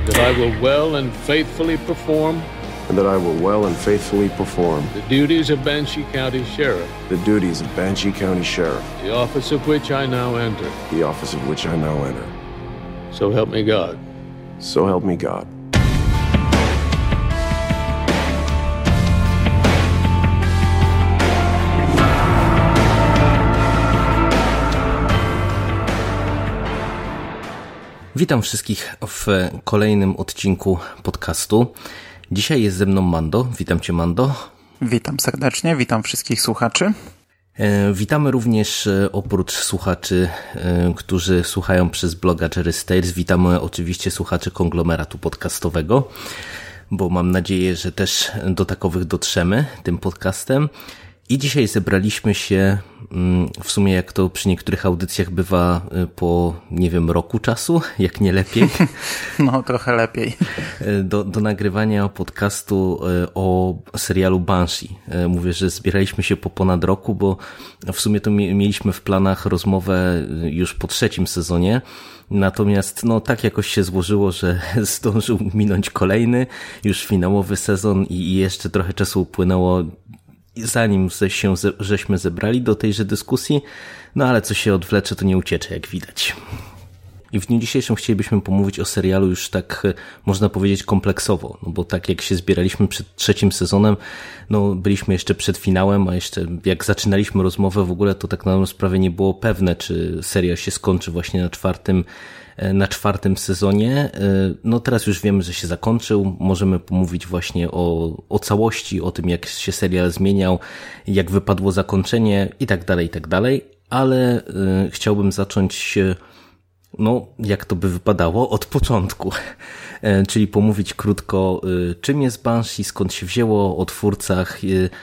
that I will well and faithfully perform and that I will well and faithfully perform the duties of Banshee County Sheriff, the duties of Banshee County Sheriff, the office of which I now enter. the office of which I now enter. So help me God. So help me God. Witam wszystkich w kolejnym odcinku podcastu. Dzisiaj jest ze mną Mando. Witam Cię, Mando. Witam serdecznie, witam wszystkich słuchaczy. Witamy również oprócz słuchaczy, którzy słuchają przez bloga Jerry's Tales. Witamy oczywiście słuchaczy konglomeratu podcastowego, bo mam nadzieję, że też do takowych dotrzemy tym podcastem. I dzisiaj zebraliśmy się, w sumie jak to przy niektórych audycjach bywa, po, nie wiem, roku czasu, jak nie lepiej. No, trochę lepiej. Do nagrywania podcastu o serialu Banshee. Mówię, że zbieraliśmy się po ponad roku, bo w sumie to mieliśmy w planach rozmowę już po 3. sezonie. Natomiast no tak jakoś się złożyło, że zdążył minąć kolejny, już finałowy sezon i jeszcze trochę czasu upłynęło, zanim żeśmy zebrali do tejże dyskusji, no ale co się odwlecze, to nie uciecze, jak widać. I w dniu dzisiejszym chcielibyśmy pomówić o serialu już tak, można powiedzieć, kompleksowo, no bo tak jak się zbieraliśmy przed 3. sezonem, no byliśmy jeszcze przed finałem, a jeszcze jak zaczynaliśmy rozmowę w ogóle, to tak na dobrą sprawę nie było pewne, czy serial się skończy właśnie na 4. sezonie. No teraz już wiemy, że się zakończył. Możemy pomówić właśnie o całości, o tym, jak się serial zmieniał, jak wypadło zakończenie i tak dalej, ale chciałbym zacząć, no jak to by wypadało, od początku. Czyli pomówić krótko, czym jest Banshee, skąd się wzięło, o twórcach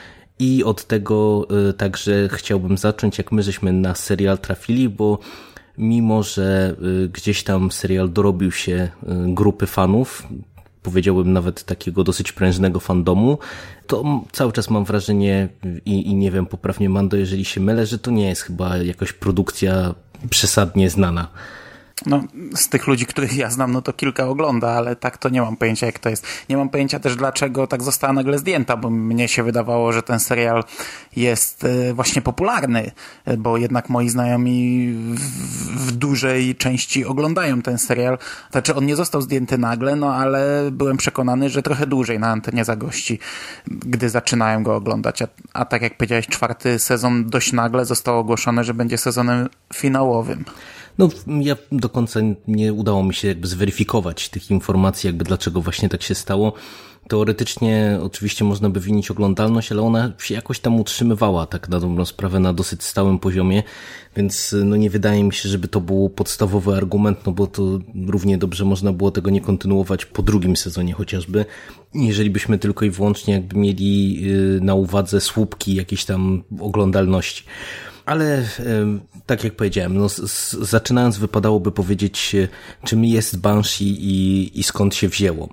i od tego także chciałbym zacząć, jak my żeśmy na serial trafili, bo mimo że gdzieś tam serial dorobił się grupy fanów, powiedziałbym nawet takiego dosyć prężnego fandomu, to cały czas mam wrażenie i nie wiem, poprawnie Mando, jeżeli się mylę, że to nie jest chyba jakaś produkcja przesadnie znana. No, z tych ludzi, których ja znam, no to kilka ogląda, ale tak to nie mam pojęcia, jak to jest. Nie mam pojęcia też, dlaczego tak została nagle zdjęta, bo mnie się wydawało, że ten serial jest właśnie popularny, bo jednak moi znajomi w dużej części oglądają ten serial. Znaczy, on nie został zdjęty nagle, no ale byłem przekonany, że trochę dłużej na antenie zagości, gdy zaczynałem go oglądać. A tak jak powiedziałeś, 4. sezon dość nagle zostało ogłoszone, że będzie sezonem finałowym. No, ja do końca nie udało mi się jakby zweryfikować tych informacji, jakby dlaczego właśnie tak się stało. Teoretycznie oczywiście można by winić oglądalność, ale ona się jakoś tam utrzymywała tak na dobrą sprawę na dosyć stałym poziomie, więc no nie wydaje mi się, żeby to był podstawowy argument, no bo to równie dobrze można było tego nie kontynuować po 2. sezonie chociażby, jeżeli byśmy tylko i wyłącznie jakby mieli na uwadze słupki jakiejś tam oglądalności. Ale tak jak powiedziałem, no, zaczynając wypadałoby powiedzieć, czym jest Banshee i skąd się wzięło.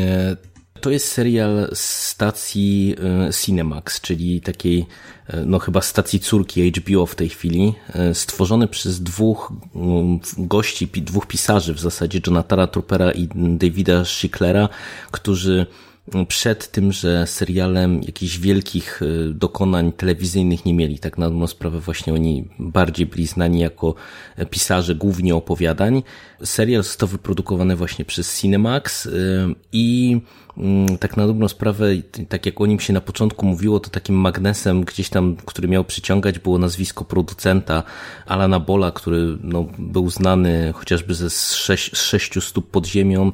To jest serial z stacji Cinemax, czyli takiej no chyba stacji córki HBO w tej chwili, stworzony przez 2 gości, 2 pisarzy w zasadzie, Jonathana Troopera i Davida Schicklera, którzy przed tymże serialem jakichś wielkich dokonań telewizyjnych nie mieli. Tak na dobrą sprawę właśnie oni bardziej byli znani jako pisarze głównie opowiadań. Serial został wyprodukowany właśnie przez Cinemax i tak na dobrą sprawę, tak jak o nim się na początku mówiło, to takim magnesem gdzieś tam, który miał przyciągać, było nazwisko producenta Alana Balla, który no, był znany chociażby ze 6 stóp pod ziemią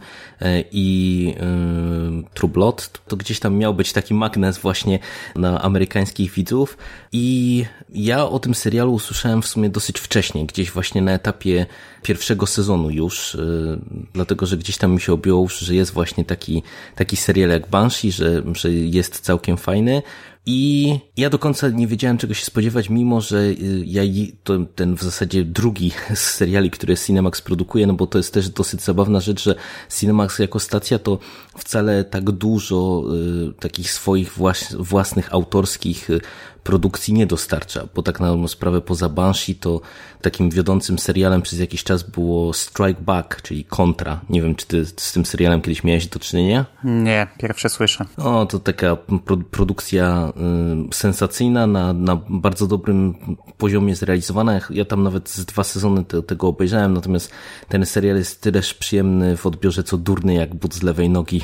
i True Blood. To gdzieś tam miał być taki magnes właśnie na amerykańskich widzów i ja o tym serialu usłyszałem w sumie dosyć wcześnie, gdzieś właśnie na etapie 1. sezonu już, dlatego, że gdzieś tam mi się objęło, że jest właśnie taki serial jak Banshee, że jest całkiem fajny. I ja do końca nie wiedziałem, czego się spodziewać, mimo że ja ten w zasadzie drugi z seriali, które Cinemax produkuje, no bo to jest też dosyć zabawna rzecz, że Cinemax jako stacja to wcale tak dużo takich swoich własnych autorskich produkcji nie dostarcza, bo tak na sprawę poza Banshee to takim wiodącym serialem przez jakiś czas było Strike Back, czyli Kontra. Nie wiem, czy ty z tym serialem kiedyś miałeś do czynienia? Nie, pierwsze słyszę. O, to taka produkcja sensacyjna, na bardzo dobrym poziomie zrealizowana. Ja tam nawet z 2 sezony tego obejrzałem, natomiast ten serial jest tyleż przyjemny w odbiorze, co durny jak but z lewej nogi,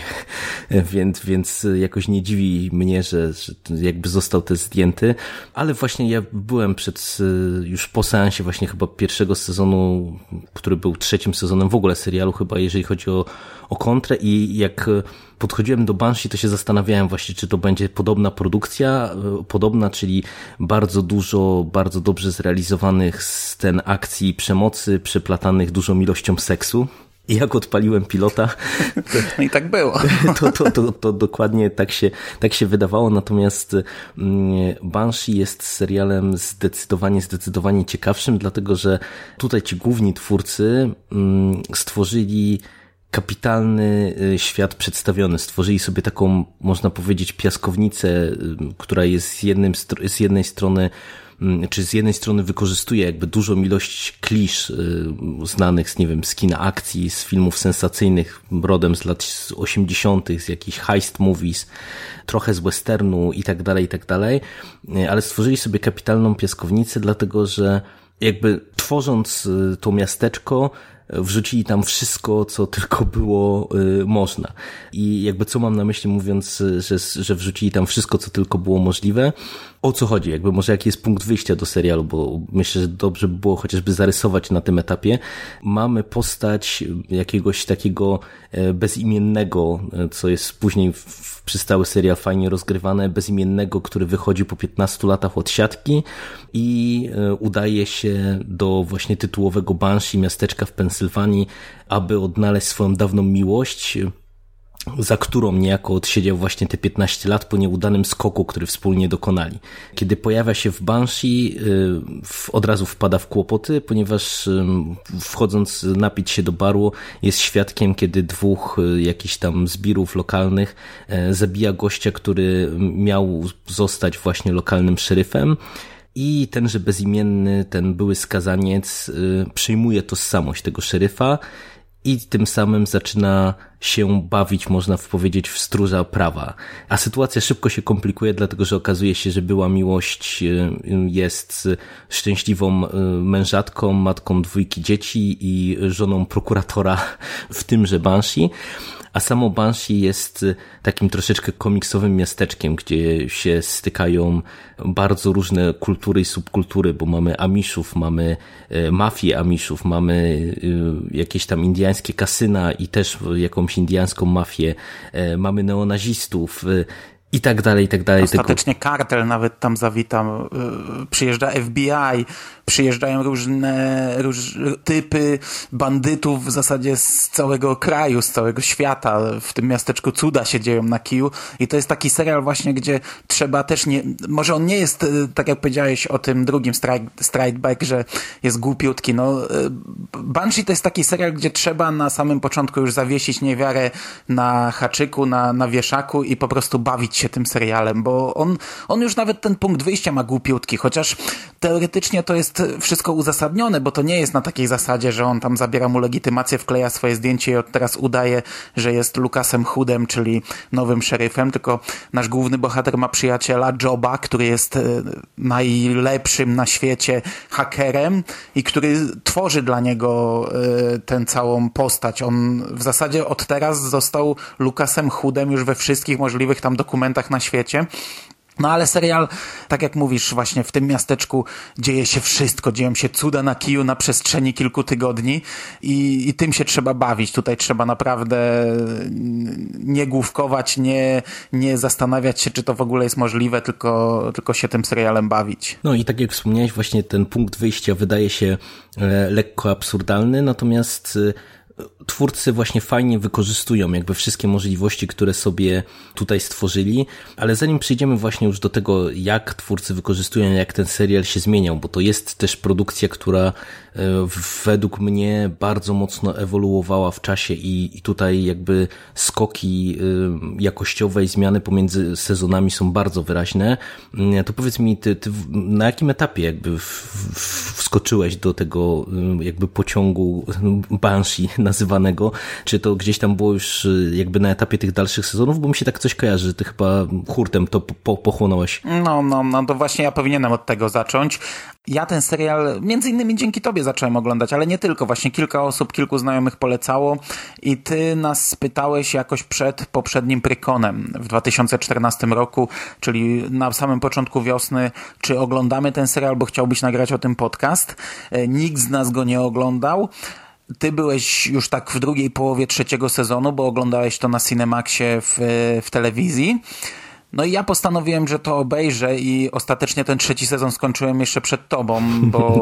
więc jakoś nie dziwi mnie, że jakby został też zdjęty. Ale właśnie ja byłem już po seansie właśnie chyba pierwszego sezonu, który był 3. sezonem w ogóle serialu chyba, jeżeli chodzi o Kontrę, i jak podchodziłem do Banshee, to się zastanawiałem właśnie, czy to będzie podobna produkcja, czyli bardzo dużo, bardzo dobrze zrealizowanych scen akcji i przemocy, przeplatanych dużą ilością seksu. I jak odpaliłem pilota, no i tak było. To dokładnie tak się wydawało, natomiast Banshee jest serialem zdecydowanie ciekawszym, dlatego że tutaj ci główni twórcy stworzyli kapitalny świat przedstawiony. Stworzyli sobie taką, można powiedzieć, piaskownicę, która jest z jednej strony wykorzystuje jakby dużą ilość klisz znanych nie wiem, z kina akcji, z filmów sensacyjnych rodem z lat 80., z jakichś heist movies, trochę z westernu i tak dalej, ale stworzyli sobie kapitalną piaskownicę, dlatego że jakby tworząc to miasteczko, wrzucili tam wszystko, co tylko było można. I jakby co mam na myśli, mówiąc, że wrzucili tam wszystko, co tylko było możliwe? O co chodzi? Jakby może jaki jest punkt wyjścia do serialu, bo myślę, że dobrze by było chociażby zarysować na tym etapie. Mamy postać jakiegoś takiego bezimiennego, co jest później przez cały serial fajnie rozgrywane, bezimiennego, który wychodzi po 15 latach od siatki i udaje się do właśnie tytułowego Banshee, miasteczka w Pensylwanii, aby odnaleźć swoją dawną miłość, za którą niejako odsiedział właśnie te 15 lat po nieudanym skoku, który wspólnie dokonali. Kiedy pojawia się w Banshee, od razu wpada w kłopoty, ponieważ wchodząc napić się do baru, jest świadkiem, kiedy 2 jakichś tam zbirów lokalnych zabija gościa, który miał zostać właśnie lokalnym szeryfem. I tenże bezimienny, ten były skazaniec przyjmuje tożsamość tego szeryfa i tym samym zaczyna się bawić, można powiedzieć, w stróża prawa. A sytuacja szybko się komplikuje, dlatego że okazuje się, że była miłość jest szczęśliwą mężatką, matką 2 dzieci i żoną prokuratora w tymże Banshee. A samo Banshee jest takim troszeczkę komiksowym miasteczkiem, gdzie się stykają bardzo różne kultury i subkultury, bo mamy Amishów, mamy mafię Amishów, mamy jakieś tam indiańskie kasyna i też jakąś indiańską mafię, mamy neonazistów, i tak dalej. Ostatecznie kartel nawet tam zawita, przyjeżdża FBI, przyjeżdżają różne typy bandytów w zasadzie z całego kraju, z całego świata. W tym miasteczku cuda się dzieją na kiju i to jest taki serial właśnie, gdzie trzeba też może on nie jest, tak jak powiedziałeś o tym drugim Strike Back, że jest głupiutki. No, Banshee to jest taki serial, gdzie trzeba na samym początku już zawiesić niewiarę na haczyku, na wieszaku i po prostu bawić się tym serialem, bo on już nawet ten punkt wyjścia ma głupiutki, chociaż teoretycznie to jest wszystko uzasadnione, bo to nie jest na takiej zasadzie, że on tam zabiera mu legitymację, wkleja swoje zdjęcie i od teraz udaje, że jest Lucasem Hoodem, czyli nowym szeryfem, tylko nasz główny bohater ma przyjaciela Joba, który jest najlepszym na świecie hakerem i który tworzy dla niego tę całą postać. On w zasadzie od teraz został Lucasem Hoodem już we wszystkich możliwych tam dokumentach na świecie. No ale serial, tak jak mówisz, właśnie w tym miasteczku dzieje się wszystko, dzieją się cuda na kiju na przestrzeni kilku tygodni i tym się trzeba bawić. Tutaj trzeba naprawdę nie główkować, nie zastanawiać się, czy to w ogóle jest możliwe, tylko się tym serialem bawić. No i tak jak wspomniałeś, właśnie ten punkt wyjścia wydaje się lekko absurdalny, natomiast twórcy właśnie fajnie wykorzystują jakby wszystkie możliwości, które sobie tutaj stworzyli, ale zanim przejdziemy właśnie już do tego, jak twórcy wykorzystują, jak ten serial się zmieniał, bo to jest też produkcja, która według mnie bardzo mocno ewoluowała w czasie i tutaj jakby skoki jakościowe i zmiany pomiędzy sezonami są bardzo wyraźne, to powiedz mi, ty na jakim etapie jakby wskoczyłeś do tego jakby pociągu Banshee nazywanego? Czy to gdzieś tam było już jakby na etapie tych dalszych sezonów? Bo mi się tak coś kojarzy, że ty chyba hurtem to pochłonąłeś. No to właśnie ja powinienem od tego zacząć. Ja ten serial między innymi dzięki tobie zacząłem oglądać, ale nie tylko. Właśnie kilka osób, kilku znajomych polecało i ty nas spytałeś jakoś przed poprzednim Prykonem w 2014 roku, czyli na samym początku wiosny, czy oglądamy ten serial, bo chciałbyś nagrać o tym podcast. Nikt z nas go nie oglądał. Ty byłeś już tak w drugiej połowie trzeciego sezonu, bo oglądałeś to na Cinemaxie w telewizji. No i ja postanowiłem, że to obejrzę i ostatecznie ten trzeci sezon skończyłem jeszcze przed tobą, bo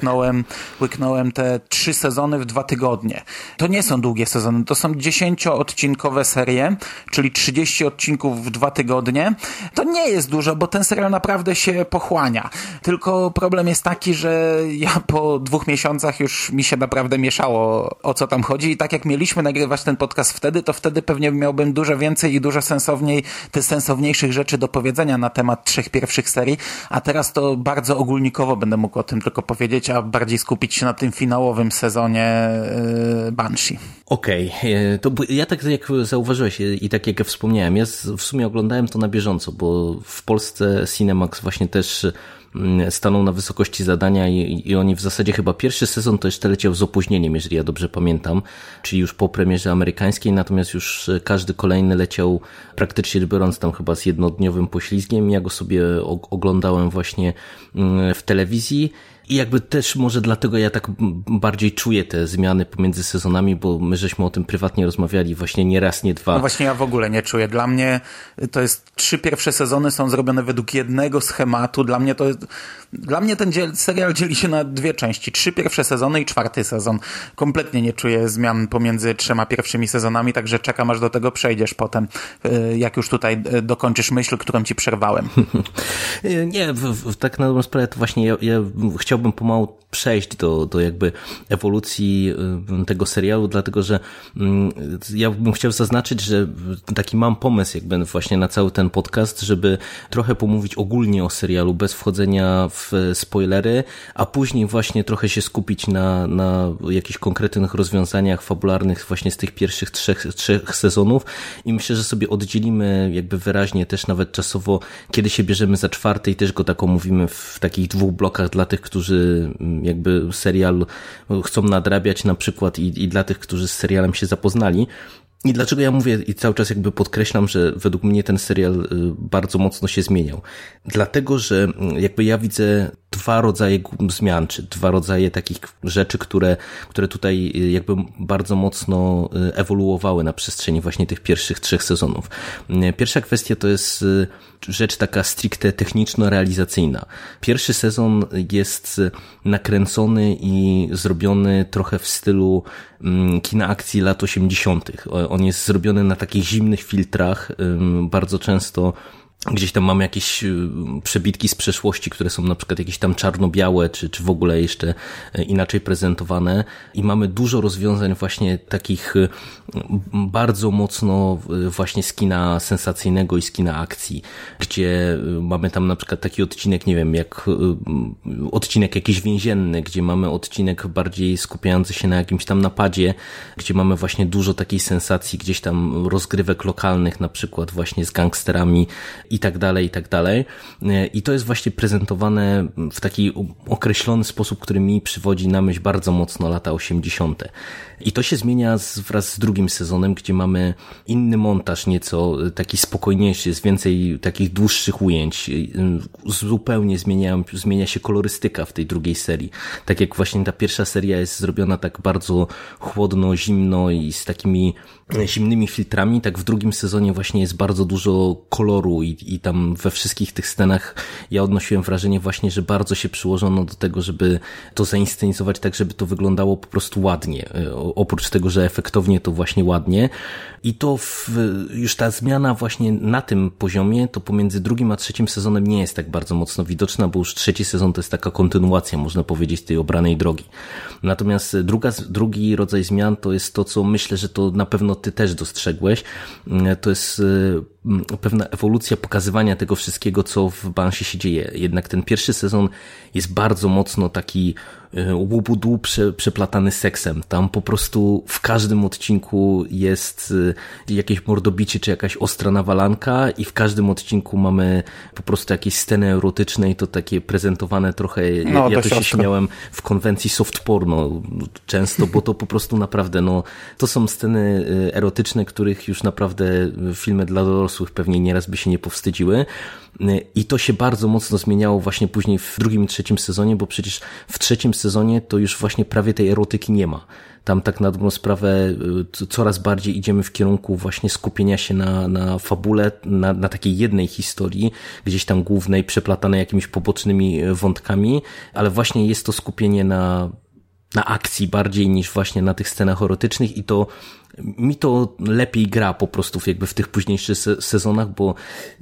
łyknąłem te 3 sezony w 2 tygodnie. To nie są długie sezony, to są 10-odcinkowe serie, czyli 30 odcinków w 2 tygodnie. To nie jest dużo, bo ten serial naprawdę się pochłania. Tylko problem jest taki, że ja po 2 miesiącach już mi się naprawdę mieszało, o co tam chodzi i tak jak mieliśmy nagrywać ten podcast wtedy, to wtedy pewnie miałbym dużo więcej i dużo sensowniejszych rzeczy do powiedzenia na temat 3 pierwszych serii, a teraz to bardzo ogólnikowo będę mógł o tym tylko powiedzieć, a bardziej skupić się na tym finałowym sezonie Banshee. Okej, to ja tak jak zauważyłeś i tak jak wspomniałem, ja w sumie oglądałem to na bieżąco, bo w Polsce Cinemax właśnie też stanął na wysokości zadania i oni w zasadzie chyba pierwszy sezon to jeszcze leciał z opóźnieniem, jeżeli ja dobrze pamiętam, czyli już po premierze amerykańskiej, natomiast już każdy kolejny leciał praktycznie biorąc tam chyba z jednodniowym poślizgiem. Ja go sobie oglądałem właśnie w telewizji. I jakby też może dlatego ja tak bardziej czuję te zmiany pomiędzy sezonami, bo my żeśmy o tym prywatnie rozmawiali właśnie nie raz, nie dwa. No właśnie ja w ogóle nie czuję. Dla mnie to jest 3 pierwsze sezony są zrobione według jednego schematu. Dla mnie ten serial dzieli się na 2 części. 3 pierwsze sezony i 4 sezon. Kompletnie nie czuję zmian pomiędzy 3 pierwszymi sezonami, także czekam aż do tego przejdziesz potem, jak już tutaj dokończysz myśl, którą ci przerwałem. Nie, tak na dobrą sprawę to właśnie ja chciałbym pomału przejść do jakby ewolucji tego serialu, dlatego że ja bym chciał zaznaczyć, że taki mam pomysł jakby właśnie na cały ten podcast, żeby trochę pomówić ogólnie o serialu bez wchodzenia w spoilery, a później właśnie trochę się skupić na jakichś konkretnych rozwiązaniach fabularnych właśnie z tych pierwszych 3 sezonów i myślę, że sobie oddzielimy jakby wyraźnie też nawet czasowo, kiedy się bierzemy za 4 i też go tak omówimy w takich 2 blokach dla tych, którzy jakby serial chcą nadrabiać na przykład i dla tych, którzy z serialem się zapoznali. I dlaczego ja mówię i cały czas jakby podkreślam, że według mnie ten serial bardzo mocno się zmieniał? Dlatego, że jakby ja widzę 2 rodzaje zmian, czy 2 rodzaje takich rzeczy, które tutaj jakby bardzo mocno ewoluowały na przestrzeni właśnie tych pierwszych 3 sezonów. Pierwsza kwestia to jest rzecz taka stricte techniczno-realizacyjna. Pierwszy sezon jest nakręcony i zrobiony trochę w stylu kina akcji lat 80. On jest zrobiony na takich zimnych filtrach, bardzo często gdzieś tam mamy jakieś przebitki z przeszłości, które są na przykład jakieś tam czarno-białe, czy w ogóle jeszcze inaczej prezentowane i mamy dużo rozwiązań właśnie takich bardzo mocno właśnie z kina sensacyjnego i z kina akcji, gdzie mamy tam na przykład taki odcinek, nie wiem, jak odcinek jakiś więzienny, gdzie mamy odcinek bardziej skupiający się na jakimś tam napadzie, gdzie mamy właśnie dużo takiej sensacji, gdzieś tam rozgrywek lokalnych, na przykład właśnie z gangsterami i tak dalej, i tak dalej. I to jest właśnie prezentowane w taki określony sposób, który mi przywodzi na myśl bardzo mocno lata 80. I to się zmienia wraz z drugim sezonem, gdzie mamy inny montaż, nieco taki spokojniejszy, jest więcej takich dłuższych ujęć. Zupełnie zmienia się kolorystyka w tej drugiej serii. Tak jak właśnie ta pierwsza seria jest zrobiona tak bardzo chłodno, zimno i z takimi zimnymi filtrami, tak w drugim sezonie właśnie jest bardzo dużo koloru i tam we wszystkich tych scenach ja odnosiłem wrażenie właśnie, że bardzo się przyłożono do tego, żeby to zainscenizować tak, żeby to wyglądało po prostu ładnie. Oprócz tego, że efektownie, to właśnie ładnie. I to już ta zmiana właśnie na tym poziomie, to pomiędzy drugim a trzecim sezonem nie jest tak bardzo mocno widoczna, bo już trzeci sezon to jest taka kontynuacja, można powiedzieć, tej obranej drogi. Natomiast drugi rodzaj zmian to jest to, co myślę, że to na pewno ty też dostrzegłeś. To jest pewna ewolucja pokazywania tego wszystkiego, co w Banshee się dzieje. Jednak ten pierwszy sezon jest bardzo mocno taki łubu-dłu przeplatany seksem. Tam po prostu w każdym odcinku jest jakieś mordobicie czy jakaś ostra nawalanka i w każdym odcinku mamy po prostu jakieś sceny erotyczne i to takie prezentowane trochę, ja to się śmiałem, w konwencji soft porno często, bo to po prostu naprawdę, to są sceny erotyczne, których już naprawdę filmy dla dorosłych pewnie nieraz by się nie powstydziły. I to się bardzo mocno zmieniało właśnie później w drugim i trzecim sezonie, bo przecież w trzecim sezonie to już właśnie prawie tej erotyki nie ma. Tam tak na dobrą sprawę coraz bardziej idziemy w kierunku właśnie skupienia się na fabule, na takiej jednej historii, gdzieś tam głównej, przeplatanej jakimiś pobocznymi wątkami, ale właśnie jest to skupienie na akcji bardziej niż właśnie na tych scenach erotycznych i to mi to lepiej gra po prostu jakby w tych późniejszych sezonach, bo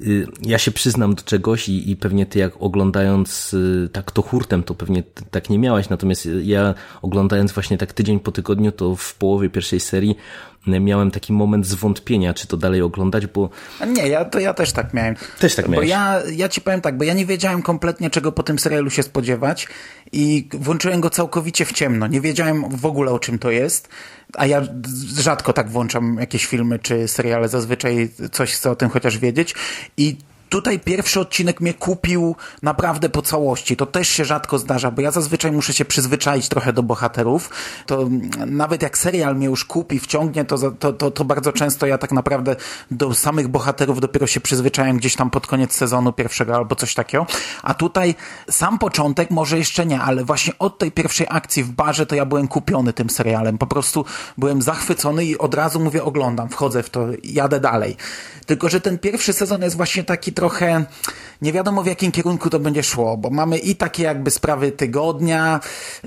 ja się przyznam do czegoś i pewnie ty jak oglądając tak to hurtem, to pewnie tak nie miałaś, natomiast ja oglądając właśnie tak tydzień po tygodniu, to w połowie pierwszej serii miałem taki moment zwątpienia, czy to dalej oglądać, bo... Nie, ja też tak miałem. Też tak miałeś. Bo ja ci powiem tak, bo ja nie wiedziałem kompletnie, czego po tym serialu się spodziewać i włączyłem go całkowicie w ciemno. Nie wiedziałem w ogóle, o czym to jest, a ja rzadko tak włączam jakieś filmy czy seriale, zazwyczaj coś chcę o tym chociaż wiedzieć i tutaj pierwszy odcinek mnie kupił naprawdę po całości. To też się rzadko zdarza, bo ja zazwyczaj muszę się przyzwyczaić trochę do bohaterów. To nawet jak serial mnie już kupi, wciągnie, to bardzo często ja tak naprawdę do samych bohaterów dopiero się przyzwyczajam gdzieś tam pod koniec sezonu pierwszego albo coś takiego. A tutaj sam początek może jeszcze nie, ale właśnie od tej pierwszej akcji w barze to ja byłem kupiony tym serialem. Po prostu byłem zachwycony i od razu mówię, oglądam, wchodzę w to, jadę dalej. Tylko że ten pierwszy sezon jest właśnie taki trochę, nie wiadomo w jakim kierunku to będzie szło, bo mamy i takie jakby sprawy tygodnia,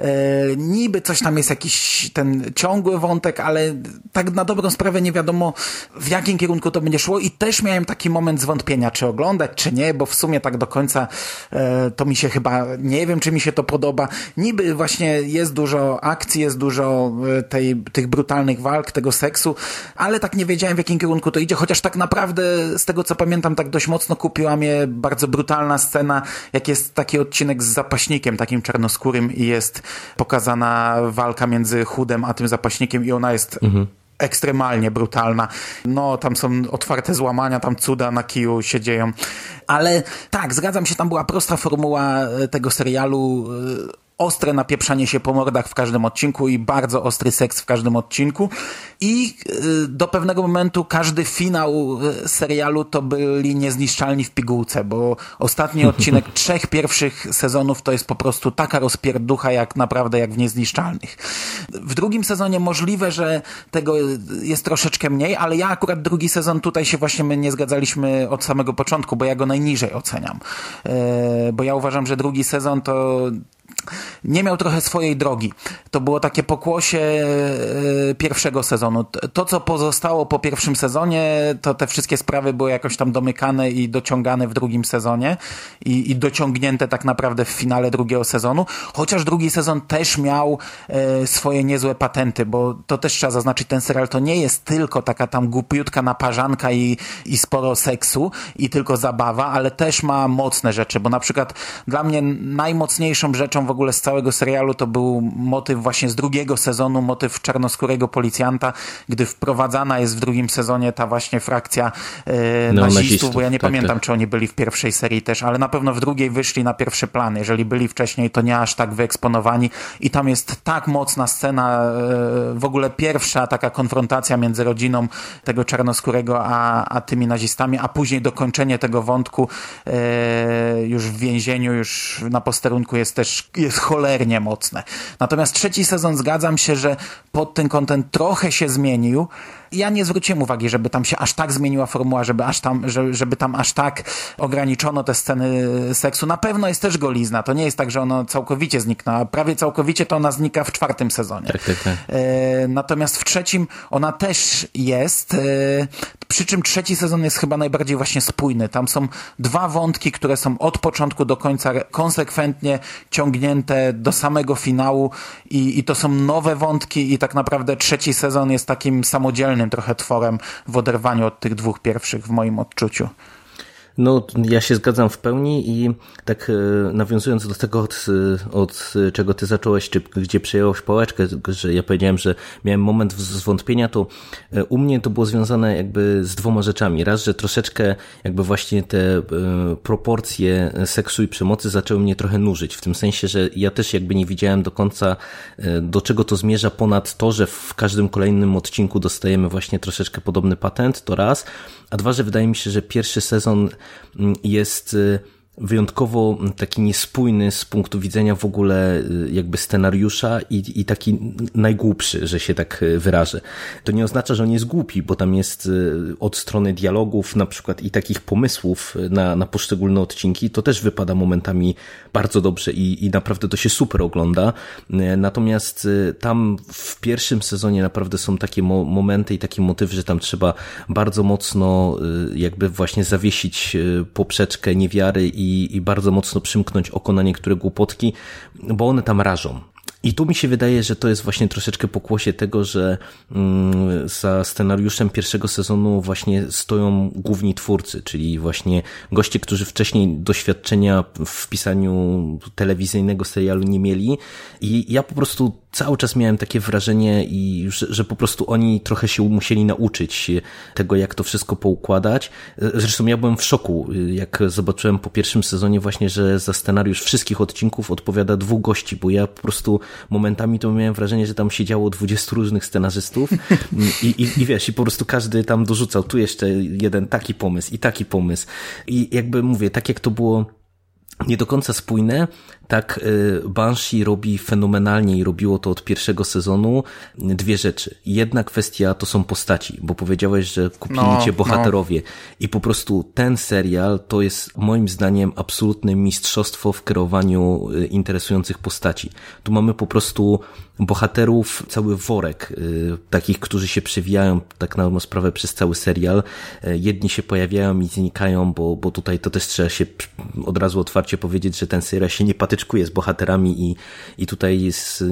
niby coś tam jest jakiś ten ciągły wątek, ale tak na dobrą sprawę nie wiadomo w jakim kierunku to będzie szło i też miałem taki moment zwątpienia, czy oglądać, czy nie, bo w sumie tak do końca to mi się chyba, nie wiem, czy mi się to podoba. Niby właśnie jest dużo akcji, jest dużo tych brutalnych walk, tego seksu, ale tak nie wiedziałem w jakim kierunku to idzie, chociaż tak naprawdę z tego co pamiętam tak dość mocno kupiła mnie bardzo brutalna scena, jak jest taki odcinek z zapaśnikiem, takim czarnoskórym i jest pokazana walka między Hoodem a tym zapaśnikiem i ona jest ekstremalnie brutalna. Tam są otwarte złamania, tam cuda na kiju się dzieją. Ale tak, zgadzam się, tam była prosta formuła tego serialu, ostre napieprzanie się po mordach w każdym odcinku i bardzo ostry seks w każdym odcinku i do pewnego momentu każdy finał serialu to byli niezniszczalni w pigułce, bo ostatni odcinek 3 pierwszych sezonów to jest po prostu taka rozpierducha jak naprawdę jak w Niezniszczalnych. W drugim sezonie możliwe, że tego jest troszeczkę mniej, ale ja akurat drugi sezon tutaj się właśnie my nie zgadzaliśmy od samego początku, bo ja go najniżej oceniam. Bo ja uważam, że drugi sezon to nie miał trochę swojej drogi. To było takie pokłosie pierwszego sezonu. To, co pozostało po pierwszym sezonie, to te wszystkie sprawy były jakoś tam domykane i dociągane w drugim sezonie i dociągnięte tak naprawdę w finale drugiego sezonu. Chociaż drugi sezon też miał swoje niezłe patenty, bo to też trzeba zaznaczyć, ten serial to nie jest tylko taka tam głupiutka naparzanka i sporo seksu i tylko zabawa, ale też ma mocne rzeczy, bo na przykład dla mnie najmocniejszą rzeczą w ogóle z całego serialu to był motyw właśnie z drugiego sezonu, motyw czarnoskórego policjanta, gdy wprowadzana jest w drugim sezonie ta właśnie frakcja nazistów, bo ja nie pamiętam, czy oni byli w pierwszej serii też, ale na pewno w drugiej wyszli na pierwszy plan. Jeżeli byli wcześniej, to nie aż tak wyeksponowani i tam jest tak mocna scena, w ogóle pierwsza taka konfrontacja między rodziną tego czarnoskórego a tymi nazistami, a później dokończenie tego wątku już w więzieniu, już na posterunku jest też jest cholernie mocne. Natomiast trzeci sezon, zgadzam się, że pod tym kątem trochę się zmienił. Ja nie zwróciłem uwagi, żeby tam się aż tak zmieniła formuła, żeby tam aż tak ograniczono te sceny seksu. Na pewno jest też golizna. To nie jest tak, że ona całkowicie zniknęła. Prawie całkowicie to ona znika w czwartym sezonie. Tak. Natomiast w trzecim ona też jest. Przy czym trzeci sezon jest chyba najbardziej właśnie spójny. Tam są dwa wątki, które są od początku do końca konsekwentnie ciągnięte do samego finału i to są nowe wątki i tak naprawdę trzeci sezon jest takim samodzielnym trochę tworem w oderwaniu od tych dwóch pierwszych w moim odczuciu. No, ja się zgadzam w pełni i tak nawiązując do tego, od czego ty zacząłeś, czy gdzie przejąłeś pałeczkę, że ja powiedziałem, że miałem moment zwątpienia, to u mnie to było związane jakby z dwoma rzeczami. Raz, że troszeczkę jakby właśnie te proporcje seksu i przemocy zaczęły mnie trochę nużyć, w tym sensie, że ja też jakby nie widziałem do końca, do czego to zmierza, ponad to, że w każdym kolejnym odcinku dostajemy właśnie troszeczkę podobny patent, to raz, a dwa, że wydaje mi się, że pierwszy sezon jest wyjątkowo taki niespójny z punktu widzenia w ogóle jakby scenariusza i taki najgłupszy, że się tak wyrażę. To nie oznacza, że on jest głupi, bo tam jest od strony dialogów na przykład i takich pomysłów na poszczególne odcinki, to też wypada momentami bardzo dobrze i naprawdę to się super ogląda. Natomiast tam w pierwszym sezonie naprawdę są takie momenty i taki motyw, że tam trzeba bardzo mocno jakby właśnie zawiesić poprzeczkę niewiary i bardzo mocno przymknąć oko na niektóre głupotki, bo one tam rażą. I tu mi się wydaje, że to jest właśnie troszeczkę pokłosie tego, że za scenariuszem pierwszego sezonu właśnie stoją główni twórcy, czyli właśnie goście, którzy wcześniej doświadczenia w pisaniu telewizyjnego serialu nie mieli i ja po prostu cały czas miałem takie wrażenie, że po prostu oni trochę się musieli nauczyć tego, jak to wszystko poukładać. Zresztą ja byłem w szoku, jak zobaczyłem po pierwszym sezonie właśnie, że za scenariusz wszystkich odcinków odpowiada 2 gości, bo ja po prostu momentami to miałem wrażenie, że tam siedziało 20 różnych scenarzystów i wiesz, i po prostu każdy tam dorzucał tu jeszcze jeden taki pomysł i taki pomysł. I jakby mówię, tak jak to było nie do końca spójne, tak Banshee robi fenomenalnie i robiło to od pierwszego sezonu 2 rzeczy. Jedna kwestia to są postaci, bo powiedziałeś, że kupili cię bohaterowie i po prostu ten serial to jest moim zdaniem absolutne mistrzostwo w kreowaniu interesujących postaci. Tu mamy po prostu bohaterów, cały worek takich, którzy się przewijają tak na sprawę przez cały serial. Jedni się pojawiają i znikają, bo tutaj to też trzeba się od razu otwarcie powiedzieć, że ten serial się nie patyczkuje z bohaterami i tutaj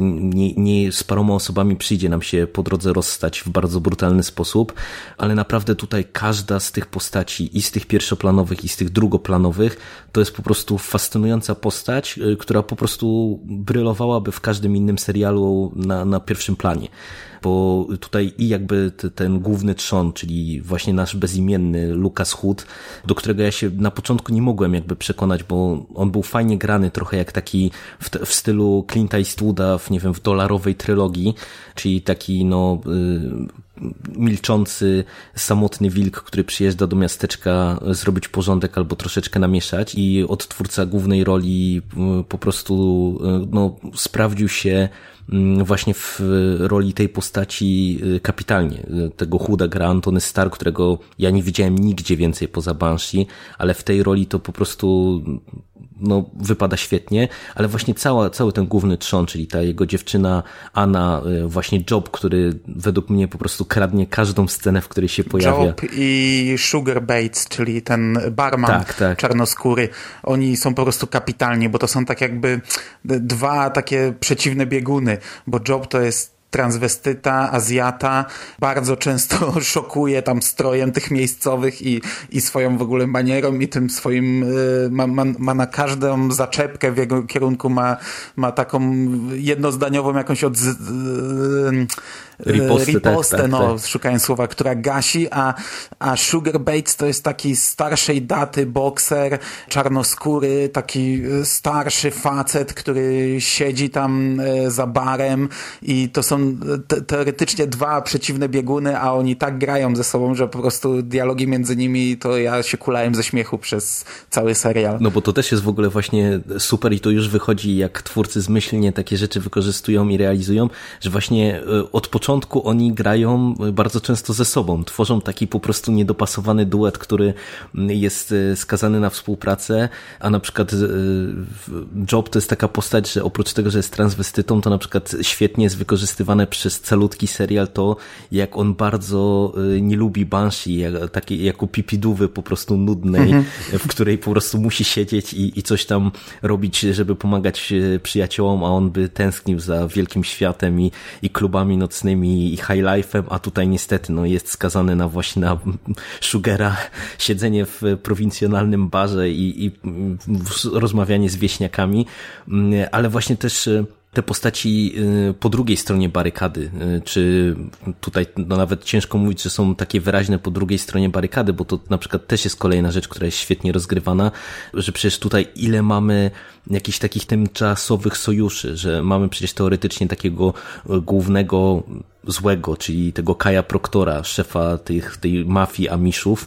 z paroma osobami przyjdzie nam się po drodze rozstać w bardzo brutalny sposób, ale naprawdę tutaj każda z tych postaci i z tych pierwszoplanowych i z tych drugoplanowych to jest po prostu fascynująca postać, która po prostu brylowałaby w każdym innym serialu na pierwszym planie. Bo tutaj i jakby ten główny trzon, czyli właśnie nasz bezimienny Lucas Hood, do którego ja się na początku nie mogłem jakby przekonać, bo on był fajnie grany, trochę jak taki w stylu Clint'a Eastwooda w dolarowej trylogii, czyli taki milczący, samotny wilk, który przyjeżdża do miasteczka zrobić porządek albo troszeczkę namieszać i odtwórca głównej roli po prostu sprawdził się właśnie w roli tej postaci kapitalnie. Tego Hooda gra Antony Starr, którego ja nie widziałem nigdzie więcej poza Banshee, ale w tej roli to po prostu wypada świetnie, ale właśnie cały ten główny trzon, czyli ta jego dziewczyna Anna, właśnie Job, który według mnie po prostu kradnie każdą scenę, w której się pojawia. Job i Sugar Bates, czyli ten barman czarnoskóry, oni są po prostu kapitalni, bo to są tak jakby 2 takie przeciwne bieguny, bo Job to jest transwestyta, Azjata, bardzo często szokuje tam strojem tych miejscowych i swoją w ogóle manierą i tym swoim ma na każdą zaczepkę w jego kierunku ma taką jednozdaniową jakąś ripostę, szukając słowa, która gasi, a Sugar Bates to jest taki starszej daty bokser, czarnoskóry, taki starszy facet, który siedzi tam za barem i to są są teoretycznie dwa przeciwne bieguny, a oni tak grają ze sobą, że po prostu dialogi między nimi, to ja się kulałem ze śmiechu przez cały serial. No bo to też jest w ogóle właśnie super i to już wychodzi, jak twórcy zmyślnie takie rzeczy wykorzystują i realizują, że właśnie od początku oni grają bardzo często ze sobą. Tworzą taki po prostu niedopasowany duet, który jest skazany na współpracę, a na przykład Job to jest taka postać, że oprócz tego, że jest transwestytą, to na przykład świetnie jest wykorzystywane przez calutki serial to, jak on bardzo nie lubi Banshee, takiej jako pipidówy po prostu nudnej, w której po prostu musi siedzieć i coś tam robić, żeby pomagać przyjaciołom, a on by tęsknił za wielkim światem i klubami nocnymi i high life'em, a tutaj niestety jest skazany na właśnie na Sugara, siedzenie w prowincjonalnym barze i rozmawianie z wieśniakami, ale właśnie też te postaci po drugiej stronie barykady, czy tutaj nawet ciężko mówić, że są takie wyraźne po drugiej stronie barykady, bo to na przykład też jest kolejna rzecz, która jest świetnie rozgrywana, że przecież tutaj ile mamy jakichś takich tymczasowych sojuszy, że mamy przecież teoretycznie takiego głównego złego, czyli tego Kaja Proktora, szefa tej mafii Amishów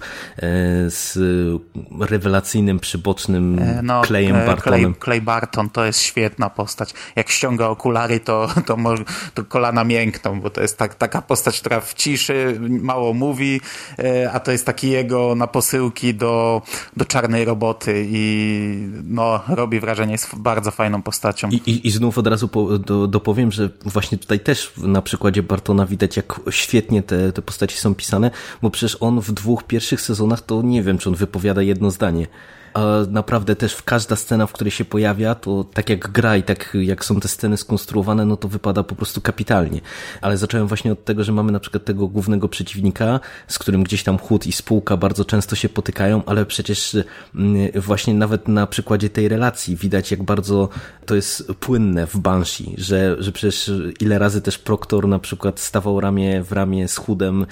z rewelacyjnym przybocznym Clayem Bartonem. Clay Barton to jest świetna postać. Jak ściąga okulary, to kolana miękną, bo to jest taka postać, która w ciszy mało mówi, a to jest taki jego na posyłki do czarnej roboty i robi wrażenie, jest bardzo fajną postacią. I znów od razu dopowiem, że właśnie tutaj też na przykładzie Bartona widać, jak świetnie te postaci są pisane, bo przecież on w 2 pierwszych sezonach to nie wiem, czy on wypowiada jedno zdanie. A naprawdę też każda scena, w której się pojawia, to tak jak gra i tak jak są te sceny skonstruowane, to wypada po prostu kapitalnie. Ale zacząłem właśnie od tego, że mamy na przykład tego głównego przeciwnika, z którym gdzieś tam Hood i spółka bardzo często się potykają, ale przecież właśnie nawet na przykładzie tej relacji widać, jak bardzo to jest płynne w Banshee, że przecież ile razy też Proctor na przykład stawał ramię w ramię z Hoodem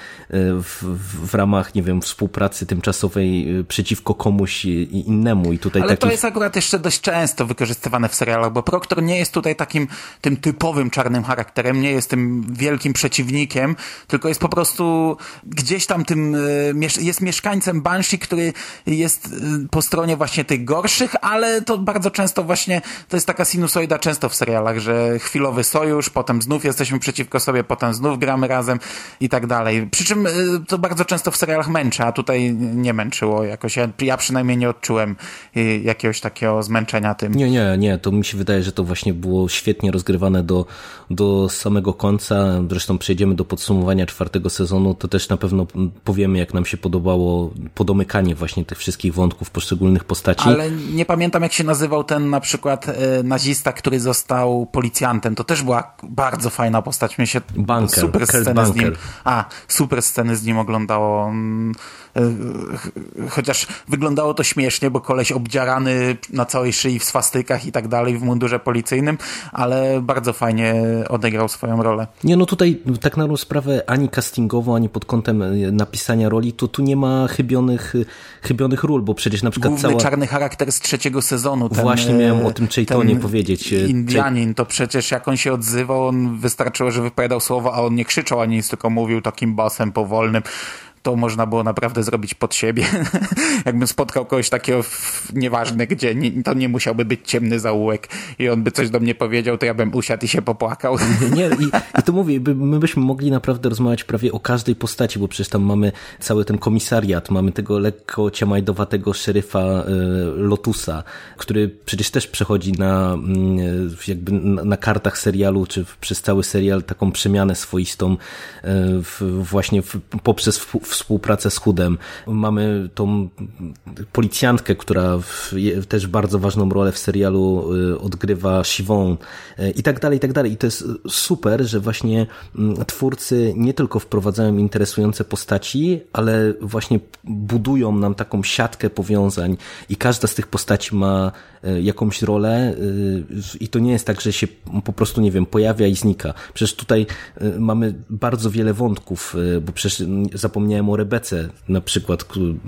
w ramach, nie wiem, współpracy tymczasowej przeciwko komuś innemu. I tutaj ale to jest akurat jeszcze dość często wykorzystywane w serialach, bo Proctor nie jest tutaj tym typowym czarnym charakterem, nie jest tym wielkim przeciwnikiem, tylko jest po prostu gdzieś tam jest mieszkańcem Banshee, który jest po stronie właśnie tych gorszych, ale to bardzo często właśnie, to jest taka sinusoida często w serialach, że chwilowy sojusz, potem znów jesteśmy przeciwko sobie, potem znów gramy razem i tak dalej. Przy czym to bardzo często w serialach męczy, a tutaj nie męczyło jakoś. Ja przynajmniej nie odczułem jakiegoś takiego zmęczenia tym. Nie, to mi się wydaje, że to właśnie było świetnie rozgrywane do samego końca. Zresztą przejdziemy do podsumowania 4. sezonu, to też na pewno powiemy, jak nam się podobało podomykanie właśnie tych wszystkich wątków poszczególnych postaci. Ale nie pamiętam, jak się nazywał ten na przykład nazista, który został policjantem. To też była bardzo fajna postać. Mnie się super sceny z nim oglądało. Chociaż wyglądało to śmiesznie, bo koleś obdziarany na całej szyi w swastykach i tak dalej w mundurze policyjnym, ale bardzo fajnie odegrał swoją rolę. Nie, tutaj tak na sprawę ani castingowo, ani pod kątem napisania roli, to tu nie ma chybionych ról, bo przecież na przykład główny czarny charakter z 3. sezonu. Właśnie miałem o tym Chaytonie powiedzieć. Indianin, to przecież jak on się odzywał, on wystarczyło, że wypowiadał słowo, a on nie krzyczał ani nic, tylko mówił takim basem powolnym. To można było naprawdę zrobić pod siebie. Jakbym spotkał kogoś takiego nieważne gdzie, to nie musiałby być ciemny zaułek i on by coś do mnie powiedział, to ja bym usiadł i się popłakał. Nie, i to mówię, my byśmy mogli naprawdę rozmawiać prawie o każdej postaci, bo przecież tam mamy cały ten komisariat, mamy tego lekko ciamajdowatego szeryfa Lotusa, który przecież też przechodzi na kartach serialu, czy przez cały serial taką przemianę swoistą właśnie poprzez współpracę z Hoodem. Mamy tą policjantkę, która też bardzo ważną rolę w serialu odgrywa Siwon i tak dalej, i tak dalej. I to jest super, że właśnie twórcy nie tylko wprowadzają interesujące postaci, ale właśnie budują nam taką siatkę powiązań i każda z tych postaci ma jakąś rolę i to nie jest tak, że się po prostu, nie wiem, pojawia i znika. Przecież tutaj mamy bardzo wiele wątków, bo przecież zapomniałem wspominałem o Rebece, na przykład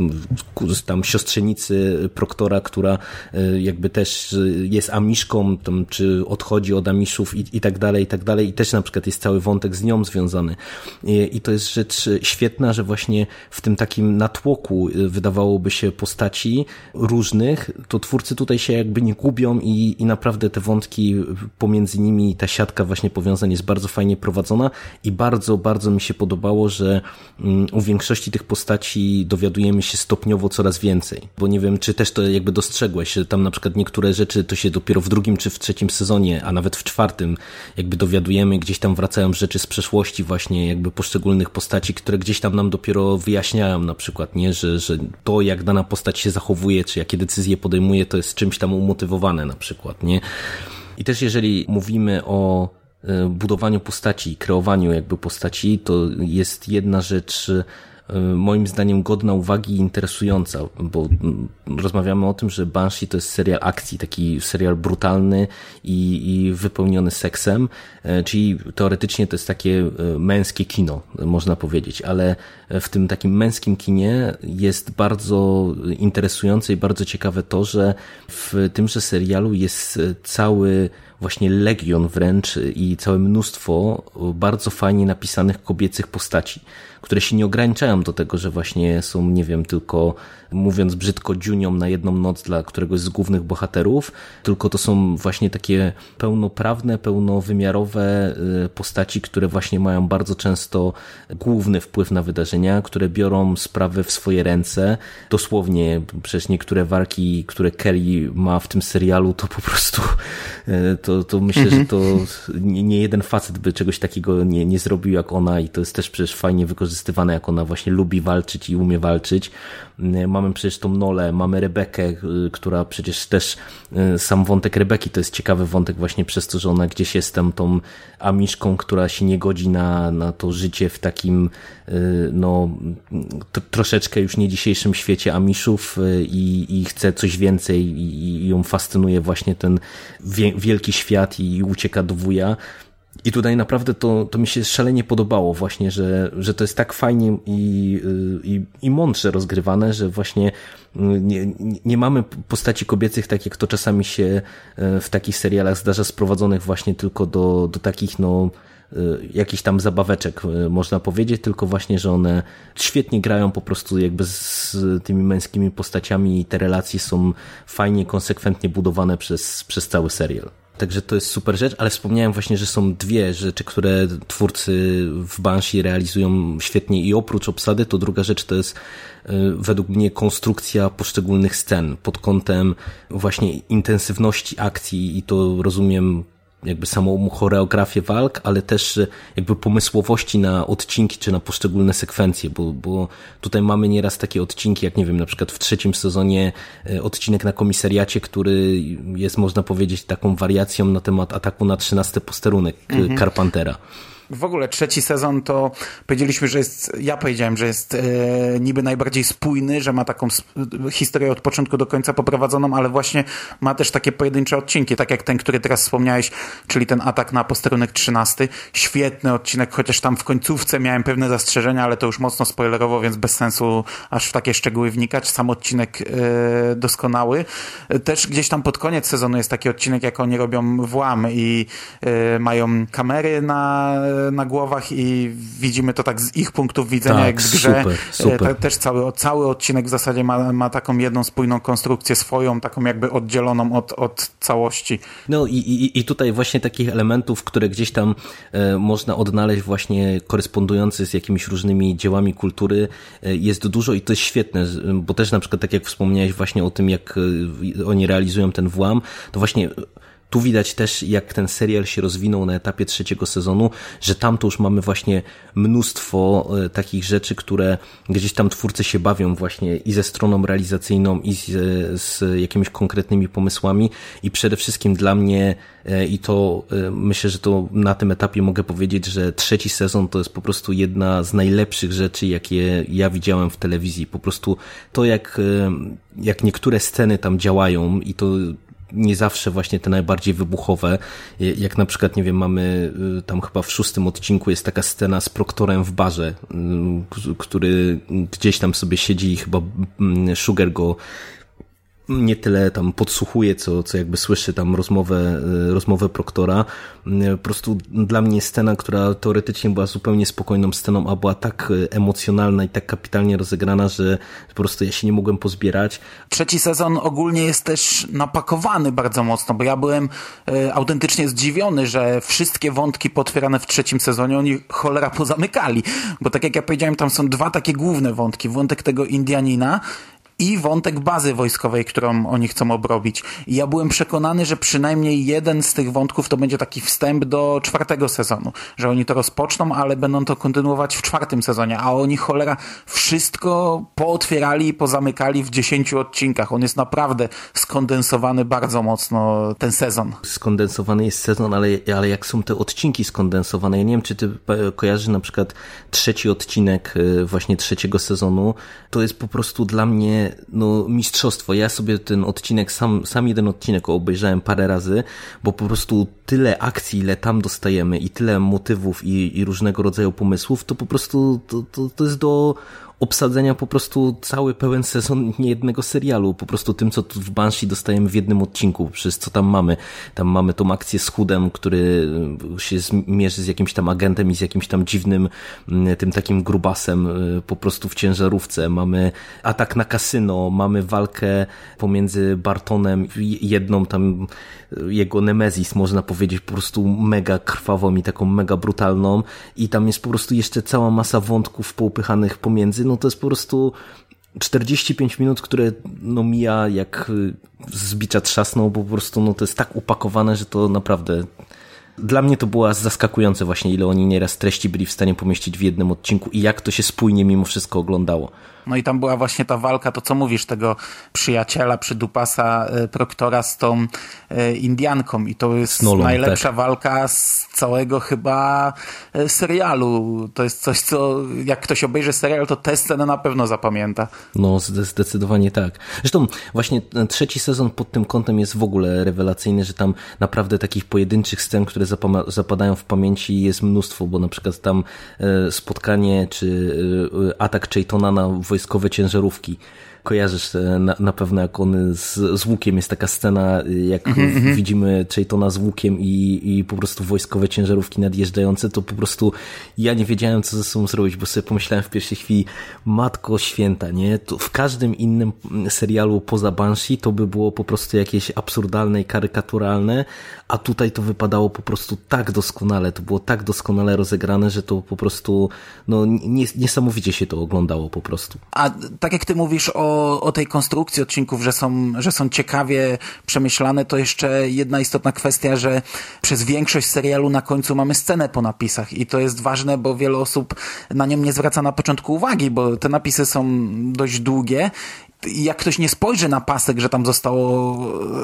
tam siostrzenicy Proktora, która jakby też jest Amiszką, tam, czy odchodzi od Amiszów i tak dalej, i też na przykład jest cały wątek z nią związany. I to jest rzecz świetna, że właśnie w tym takim natłoku wydawałoby się postaci różnych, to twórcy tutaj się jakby nie gubią i naprawdę te wątki pomiędzy nimi, ta siatka właśnie powiązań jest bardzo fajnie prowadzona i bardzo, bardzo mi się podobało, że u większości tych postaci dowiadujemy się stopniowo coraz więcej, bo nie wiem, czy też to jakby dostrzegłeś, że tam na przykład niektóre rzeczy to się dopiero w 2. czy w 3. sezonie, a nawet w 4. jakby dowiadujemy, gdzieś tam wracają rzeczy z przeszłości właśnie jakby poszczególnych postaci, które gdzieś tam nam dopiero wyjaśniają na przykład, nie, że to jak dana postać się zachowuje, czy jakie decyzje podejmuje, to jest czymś tam umotywowane na przykład, nie? I też jeżeli mówimy o budowaniu postaci, kreowaniu jakby postaci, to jest jedna rzecz moim zdaniem godna uwagi i interesująca, bo rozmawiamy o tym, że Banshee to jest serial akcji, taki serial brutalny i wypełniony seksem, czyli teoretycznie to jest takie męskie kino, można powiedzieć, ale w tym takim męskim kinie jest bardzo interesujące i bardzo ciekawe to, że w tymże serialu jest cały właśnie legion wręcz i całe mnóstwo bardzo fajnie napisanych kobiecych postaci, które się nie ograniczają do tego, że właśnie są, nie wiem, tylko mówiąc brzydko dziunią na jedną noc dla któregoś z głównych bohaterów, tylko to są właśnie takie pełnoprawne, pełnowymiarowe postaci, które właśnie mają bardzo często główny wpływ na wydarzenia, które biorą sprawy w swoje ręce. Dosłownie, przecież niektóre walki, które Kelly ma w tym serialu, to po prostu to myślę, że to nie jeden facet by czegoś takiego nie zrobił jak ona i to jest też przecież fajnie wykorzystywane, jak ona właśnie lubi walczyć i umie walczyć. Mamy przecież tą Nolę, mamy Rebekę, która przecież też sam wątek Rebeki to jest ciekawy wątek właśnie przez to, że ona gdzieś jest tam tą Amiszką, która się nie godzi na to życie w takim no troszeczkę już nie dzisiejszym świecie Amiszów i chce coś więcej i ją fascynuje właśnie ten wielki świat i ucieka do wuja. I tutaj naprawdę to mi się szalenie podobało właśnie, że to jest tak fajnie i mądrze rozgrywane, że właśnie nie mamy postaci kobiecych, tak jak to czasami się w takich serialach zdarza, sprowadzonych właśnie tylko do takich no jakichś tam zabaweczek, można powiedzieć, tylko właśnie, że one świetnie grają po prostu jakby z tymi męskimi postaciami i te relacje są fajnie, konsekwentnie budowane przez cały serial. Także to jest super rzecz, ale wspomniałem właśnie, że są dwie rzeczy, które twórcy w Banshee realizują świetnie i oprócz obsady, to druga rzecz to jest według mnie konstrukcja poszczególnych scen pod kątem właśnie intensywności akcji i to rozumiem jakby samą choreografię walk, ale też jakby pomysłowości na odcinki czy na poszczególne sekwencje, bo tutaj mamy nieraz takie odcinki, jak nie wiem, na przykład w 3. sezonie odcinek na komisariacie, który jest, można powiedzieć, taką wariacją na temat ataku na 13 posterunek Carpentera. W ogóle 3. sezon to powiedzieliśmy, że jest, ja powiedziałem, że jest niby najbardziej spójny, że ma taką historię od początku do końca poprowadzoną, ale właśnie ma też takie pojedyncze odcinki, tak jak ten, który teraz wspomniałeś, czyli ten atak na posterunek 13. Świetny odcinek, chociaż tam w końcówce miałem pewne zastrzeżenia, ale to już mocno spoilerowo, więc bez sensu aż w takie szczegóły wnikać. Sam odcinek doskonały. Też gdzieś tam pod koniec sezonu jest taki odcinek, jak oni robią włam i mają kamery na głowach i widzimy to tak z ich punktów widzenia, tak, jak w grze. Super. Też cały odcinek w zasadzie ma taką jedną spójną konstrukcję swoją, taką jakby oddzieloną od całości. No i tutaj właśnie takich elementów, które gdzieś tam można odnaleźć właśnie korespondujące z jakimiś różnymi dziełami kultury jest dużo i to jest świetne, bo też na przykład tak jak wspomniałeś właśnie o tym, jak oni realizują ten włam, to właśnie tu widać też, jak ten serial się rozwinął na etapie 3. sezonu, że tam to już mamy właśnie mnóstwo takich rzeczy, które gdzieś tam twórcy się bawią właśnie i ze stroną realizacyjną, i z jakimiś konkretnymi pomysłami i przede wszystkim dla mnie i to myślę, że to na tym etapie mogę powiedzieć, że 3. sezon to jest po prostu jedna z najlepszych rzeczy, jakie ja widziałem w telewizji. Po prostu to, jak niektóre sceny tam działają i to nie zawsze właśnie te najbardziej wybuchowe, jak na przykład, nie wiem, mamy tam chyba w 6. odcinku jest taka scena z Proktorem w barze, który gdzieś tam sobie siedzi i chyba Sugar go nie tyle tam podsłuchuje, co jakby słyszy tam rozmowę Proktora. Po prostu dla mnie scena, która teoretycznie była zupełnie spokojną sceną, a była tak emocjonalna i tak kapitalnie rozegrana, że po prostu ja się nie mogłem pozbierać. 3. sezon ogólnie jest też napakowany bardzo mocno, bo ja byłem autentycznie zdziwiony, że wszystkie wątki potwierane w 3. sezonie oni cholera pozamykali, bo tak jak ja powiedziałem, tam są 2 takie główne wątki. Wątek tego Indianina i wątek bazy wojskowej, którą oni chcą obrobić. I ja byłem przekonany, że przynajmniej jeden z tych wątków to będzie taki wstęp do 4. sezonu. Że oni to rozpoczną, ale będą to kontynuować w 4. sezonie. A oni cholera wszystko pootwierali i pozamykali w 10 odcinkach. On jest naprawdę skondensowany bardzo mocno, ten sezon. Skondensowany jest sezon, ale jak są te odcinki skondensowane? Ja nie wiem, czy ty kojarzysz na przykład 3. odcinek właśnie 3. sezonu. To jest po prostu dla mnie mistrzostwo. Ja sobie ten odcinek, sam jeden odcinek obejrzałem parę razy, bo po prostu tyle akcji, ile tam dostajemy i tyle motywów i różnego rodzaju pomysłów, to po prostu to jest do obsadzenia po prostu cały pełen sezon niejednego serialu. Po prostu tym, co tu w Banshee dostajemy w jednym odcinku, przez co tam mamy. Tam mamy tą akcję z Hoodem, który się mierzy z jakimś tam agentem i z jakimś tam dziwnym, tym takim grubasem po prostu w ciężarówce. Mamy atak na kasyno, mamy walkę pomiędzy Bartonem i jedną tam jego nemezis, można powiedzieć, po prostu mega krwawą i taką mega brutalną. I tam jest po prostu jeszcze cała masa wątków poupychanych pomiędzy. No to jest po prostu 45 minut, które mija jak z bicza trzasnął, bo po prostu to jest tak upakowane, że to naprawdę... Dla mnie to było zaskakujące właśnie, ile oni nieraz treści byli w stanie pomieścić w jednym odcinku i jak to się spójnie mimo wszystko oglądało. No i tam była właśnie ta walka, to co mówisz, tego przyjaciela, przydupasa Proktora z tą Indianką i to jest Snowlong, najlepsza walka z całego chyba serialu. To jest coś, co jak ktoś obejrzy serial, to tę scenę na pewno zapamięta. No zdecydowanie tak. Zresztą właśnie 3. sezon pod tym kątem jest w ogóle rewelacyjny, że tam naprawdę takich pojedynczych scen, które zapadają w pamięci jest mnóstwo, bo na przykład tam spotkanie czy atak Chaytona na wojskowe ciężarówki. Kojarzysz na pewno, jak on z łukiem, jest taka scena, jak widzimy Chaytona z łukiem i po prostu wojskowe ciężarówki nadjeżdżające, to po prostu ja nie wiedziałem, co ze sobą zrobić, bo sobie pomyślałem w pierwszej chwili, matko święta, nie? To w każdym innym serialu poza Banshee to by było po prostu jakieś absurdalne i karykaturalne, a tutaj to wypadało po prostu tak doskonale, to było tak doskonale rozegrane, że to po prostu niesamowicie się to oglądało po prostu. A tak jak ty mówisz o tej konstrukcji odcinków, że są ciekawie przemyślane, to jeszcze jedna istotna kwestia, że przez większość serialu na końcu mamy scenę po napisach i to jest ważne, bo wiele osób na nią nie zwraca na początku uwagi, bo te napisy są dość długie. Jak ktoś nie spojrzy na pasek, że tam zostało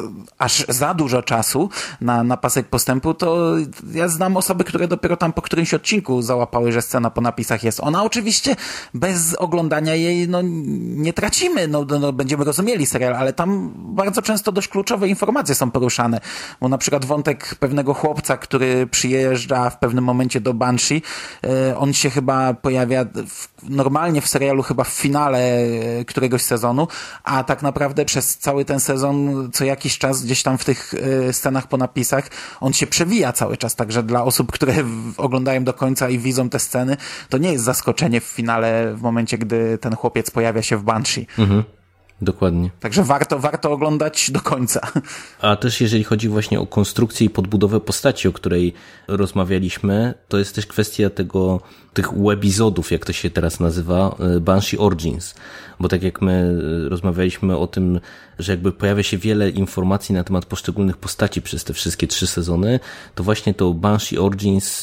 aż za dużo czasu na pasek postępu, to ja znam osoby, które dopiero tam po którymś odcinku załapały, że scena po napisach jest. Ona oczywiście bez oglądania jej nie tracimy, będziemy rozumieli serial, ale tam bardzo często dość kluczowe informacje są poruszane, bo na przykład wątek pewnego chłopca, który przyjeżdża w pewnym momencie do Banshee, on się chyba pojawia normalnie w serialu chyba w finale któregoś sezonu, a tak naprawdę przez cały ten sezon co jakiś czas gdzieś tam w tych scenach po napisach on się przewija cały czas, także dla osób, które oglądają do końca i widzą te sceny, to nie jest zaskoczenie w finale w momencie, gdy ten chłopiec pojawia się w Banshee. Dokładnie. Także warto oglądać do końca. A też jeżeli chodzi właśnie o konstrukcję i podbudowę postaci, o której rozmawialiśmy, to jest też kwestia tych webizodów, jak to się teraz nazywa, Banshee Origins. Bo tak jak my rozmawialiśmy o tym, że jakby pojawia się wiele informacji na temat poszczególnych postaci przez te wszystkie 3 sezony, to właśnie to Banshee Origins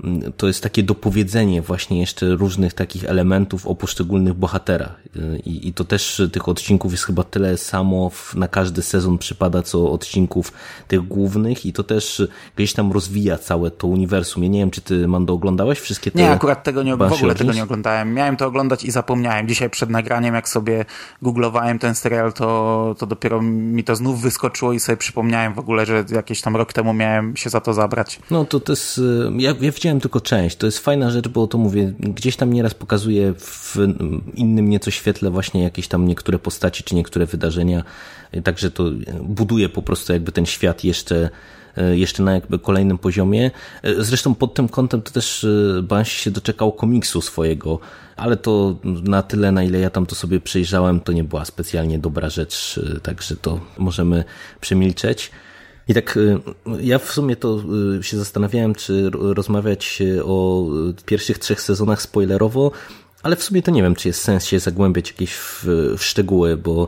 to jest takie dopowiedzenie właśnie jeszcze różnych takich elementów o poszczególnych bohaterach. I to też tych odcinków jest chyba tyle samo na każdy sezon przypada, co odcinków tych głównych i to też gdzieś tam rozwija całe to uniwersum. Ja nie wiem, czy ty, Mando, oglądałeś wszystkie te... Nie, akurat w ogóle tego nie oglądałem. Miałem to oglądać i zapomniałem. Dzisiaj przed nagraniem, jak sobie googlowałem ten serial, to dopiero mi to znów wyskoczyło i sobie przypomniałem w ogóle, że jakieś tam rok temu miałem się za to zabrać. No to jest... Ja widziałem tylko część. To jest fajna rzecz, bo to mówię, gdzieś tam nieraz pokazuje w innym nieco świetle właśnie jakieś tam niektóre postaci, czy niektóre wydarzenia. Także to buduje po prostu jakby ten świat jeszcze na jakby kolejnym poziomie. Zresztą pod tym kątem to też Banshee się doczekał komiksu swojego, ale to na tyle, na ile ja tam to sobie przejrzałem, to nie była specjalnie dobra rzecz, także to możemy przemilczeć. I tak ja w sumie to się zastanawiałem, czy rozmawiać o pierwszych 3 sezonach spoilerowo, ale w sumie to nie wiem, czy jest sens się zagłębiać jakieś w szczegóły, bo...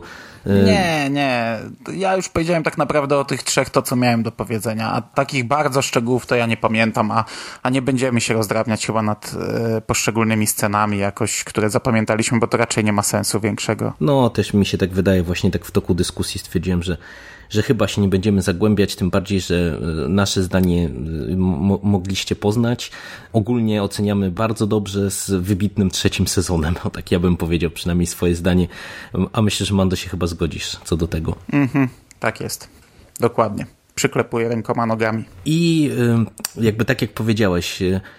Nie. Ja już powiedziałem tak naprawdę o tych 3 to, co miałem do powiedzenia, a takich bardzo szczegółów to ja nie pamiętam, a nie będziemy się rozdrabniać chyba nad poszczególnymi scenami jakoś, które zapamiętaliśmy, bo to raczej nie ma sensu większego. No, też mi się tak wydaje, właśnie tak w toku dyskusji stwierdziłem, że chyba się nie będziemy zagłębiać, tym bardziej, że nasze zdanie mogliście poznać. Ogólnie oceniamy bardzo dobrze z wybitnym 3 sezonem. O, tak ja bym powiedział przynajmniej swoje zdanie. A myślę, że Mando się chyba zgodzisz co do tego. Tak jest. Dokładnie. Przyklepuję rękoma, nogami. I jakby tak jak powiedziałeś,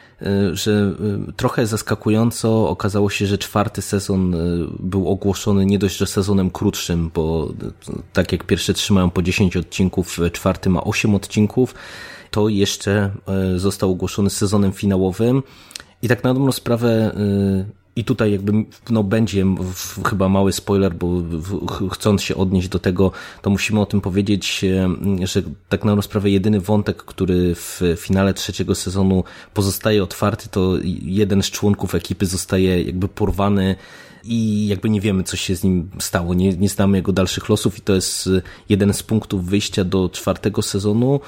że trochę zaskakująco okazało się, że 4. sezon był ogłoszony nie dość, że sezonem krótszym, bo tak jak pierwsze 3 mają po 10 odcinków, 4 ma 8 odcinków, to jeszcze został ogłoszony sezonem finałowym i tak na dobrą sprawę i tutaj jakby będzie chyba mały spoiler, bo chcąc się odnieść do tego, to musimy o tym powiedzieć, że tak na dobrą sprawę jedyny wątek, który w finale 3. sezonu pozostaje otwarty, to jeden z członków ekipy zostaje jakby porwany i jakby nie wiemy, co się z nim stało. Nie znamy jego dalszych losów i to jest jeden z punktów wyjścia do 4. sezonu.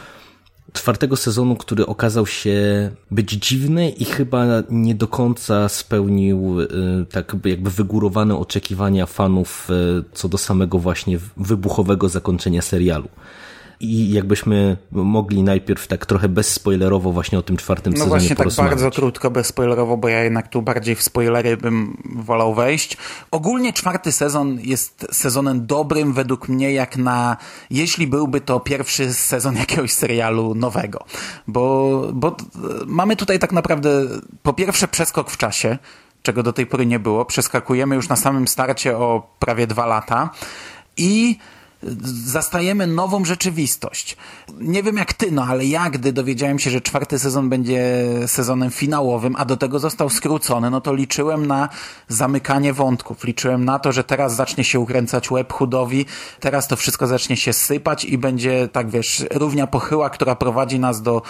4. sezonu, który okazał się być dziwny i chyba nie do końca spełnił tak jakby wygórowane oczekiwania fanów co do samego właśnie wybuchowego zakończenia serialu. I jakbyśmy mogli najpierw tak trochę bezspoilerowo właśnie o tym 4. sezonie porozmawiać. No właśnie tak bardzo krótko bezspoilerowo, bo ja jednak tu bardziej w spoilery bym wolał wejść. Ogólnie 4. sezon jest sezonem dobrym według mnie jak na, jeśli byłby to pierwszy sezon jakiegoś serialu nowego. Bo mamy tutaj tak naprawdę po pierwsze przeskok w czasie, czego do tej pory nie było. Przeskakujemy już na samym starcie o prawie 2 lata i zastajemy nową rzeczywistość. Nie wiem jak ty, ale ja, gdy dowiedziałem się, że 4. sezon będzie sezonem finałowym, a do tego został skrócony, no to liczyłem na zamykanie wątków. Liczyłem na to, że teraz zacznie się ukręcać łeb chudowi, teraz to wszystko zacznie się sypać i będzie, tak wiesz, równia pochyła, która prowadzi nas do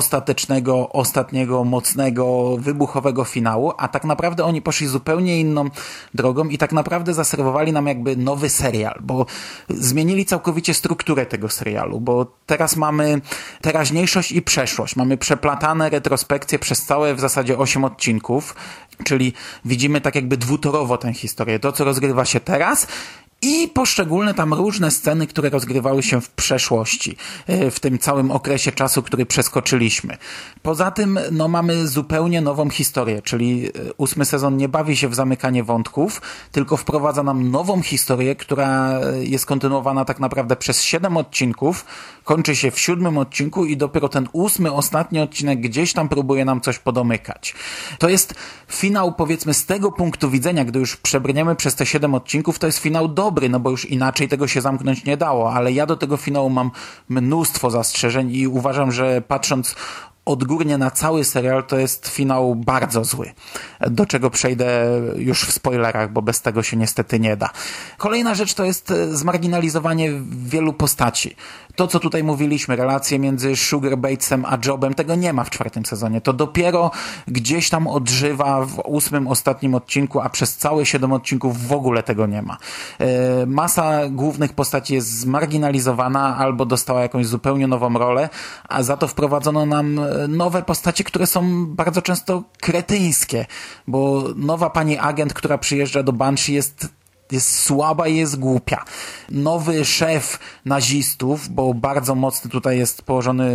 ostatniego, mocnego, wybuchowego finału, a tak naprawdę oni poszli zupełnie inną drogą i tak naprawdę zaserwowali nam jakby nowy serial, bo zmienili całkowicie strukturę tego serialu, bo teraz mamy teraźniejszość i przeszłość. Mamy przeplatane retrospekcje przez całe w zasadzie 8 odcinków, czyli widzimy tak jakby dwutorowo tę historię. To, co rozgrywa się teraz i poszczególne tam różne sceny, które rozgrywały się w przeszłości, w tym całym okresie czasu, który przeskoczyliśmy. Poza tym mamy zupełnie nową historię, czyli 8. sezon nie bawi się w zamykanie wątków, tylko wprowadza nam nową historię, która jest kontynuowana tak naprawdę przez 7 odcinków, kończy się w 7. odcinku i dopiero ten 8. ostatni odcinek gdzieś tam próbuje nam coś podomykać. To jest finał, powiedzmy, z tego punktu widzenia, gdy już przebrniemy przez te 7 odcinków, to jest finał dobry, no bo już inaczej tego się zamknąć nie dało, ale ja do tego finału mam mnóstwo zastrzeżeń i uważam, że patrząc odgórnie na cały serial, to jest finał bardzo zły. Do czego przejdę już w spoilerach, bo bez tego się niestety nie da. Kolejna rzecz to jest zmarginalizowanie wielu postaci. To, co tutaj mówiliśmy, relacje między Sugar Batesem a Jobem, tego nie ma w 4. sezonie. To dopiero gdzieś tam odżywa w 8. ostatnim odcinku, a przez całe 7 odcinków w ogóle tego nie ma. Masa głównych postaci jest zmarginalizowana albo dostała jakąś zupełnie nową rolę, a za to wprowadzono nam nowe postacie, które są bardzo często kretyńskie, bo nowa pani agent, która przyjeżdża do Banshee jest słaba i jest głupia. Nowy szef nazistów, bo bardzo mocny tutaj jest położony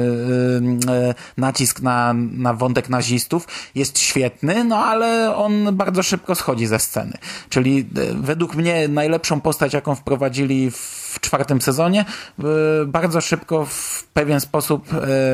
nacisk na wątek nazistów, jest świetny, no ale on bardzo szybko schodzi ze sceny. Czyli według mnie najlepszą postać, jaką wprowadzili w 4. sezonie, bardzo szybko w pewien sposób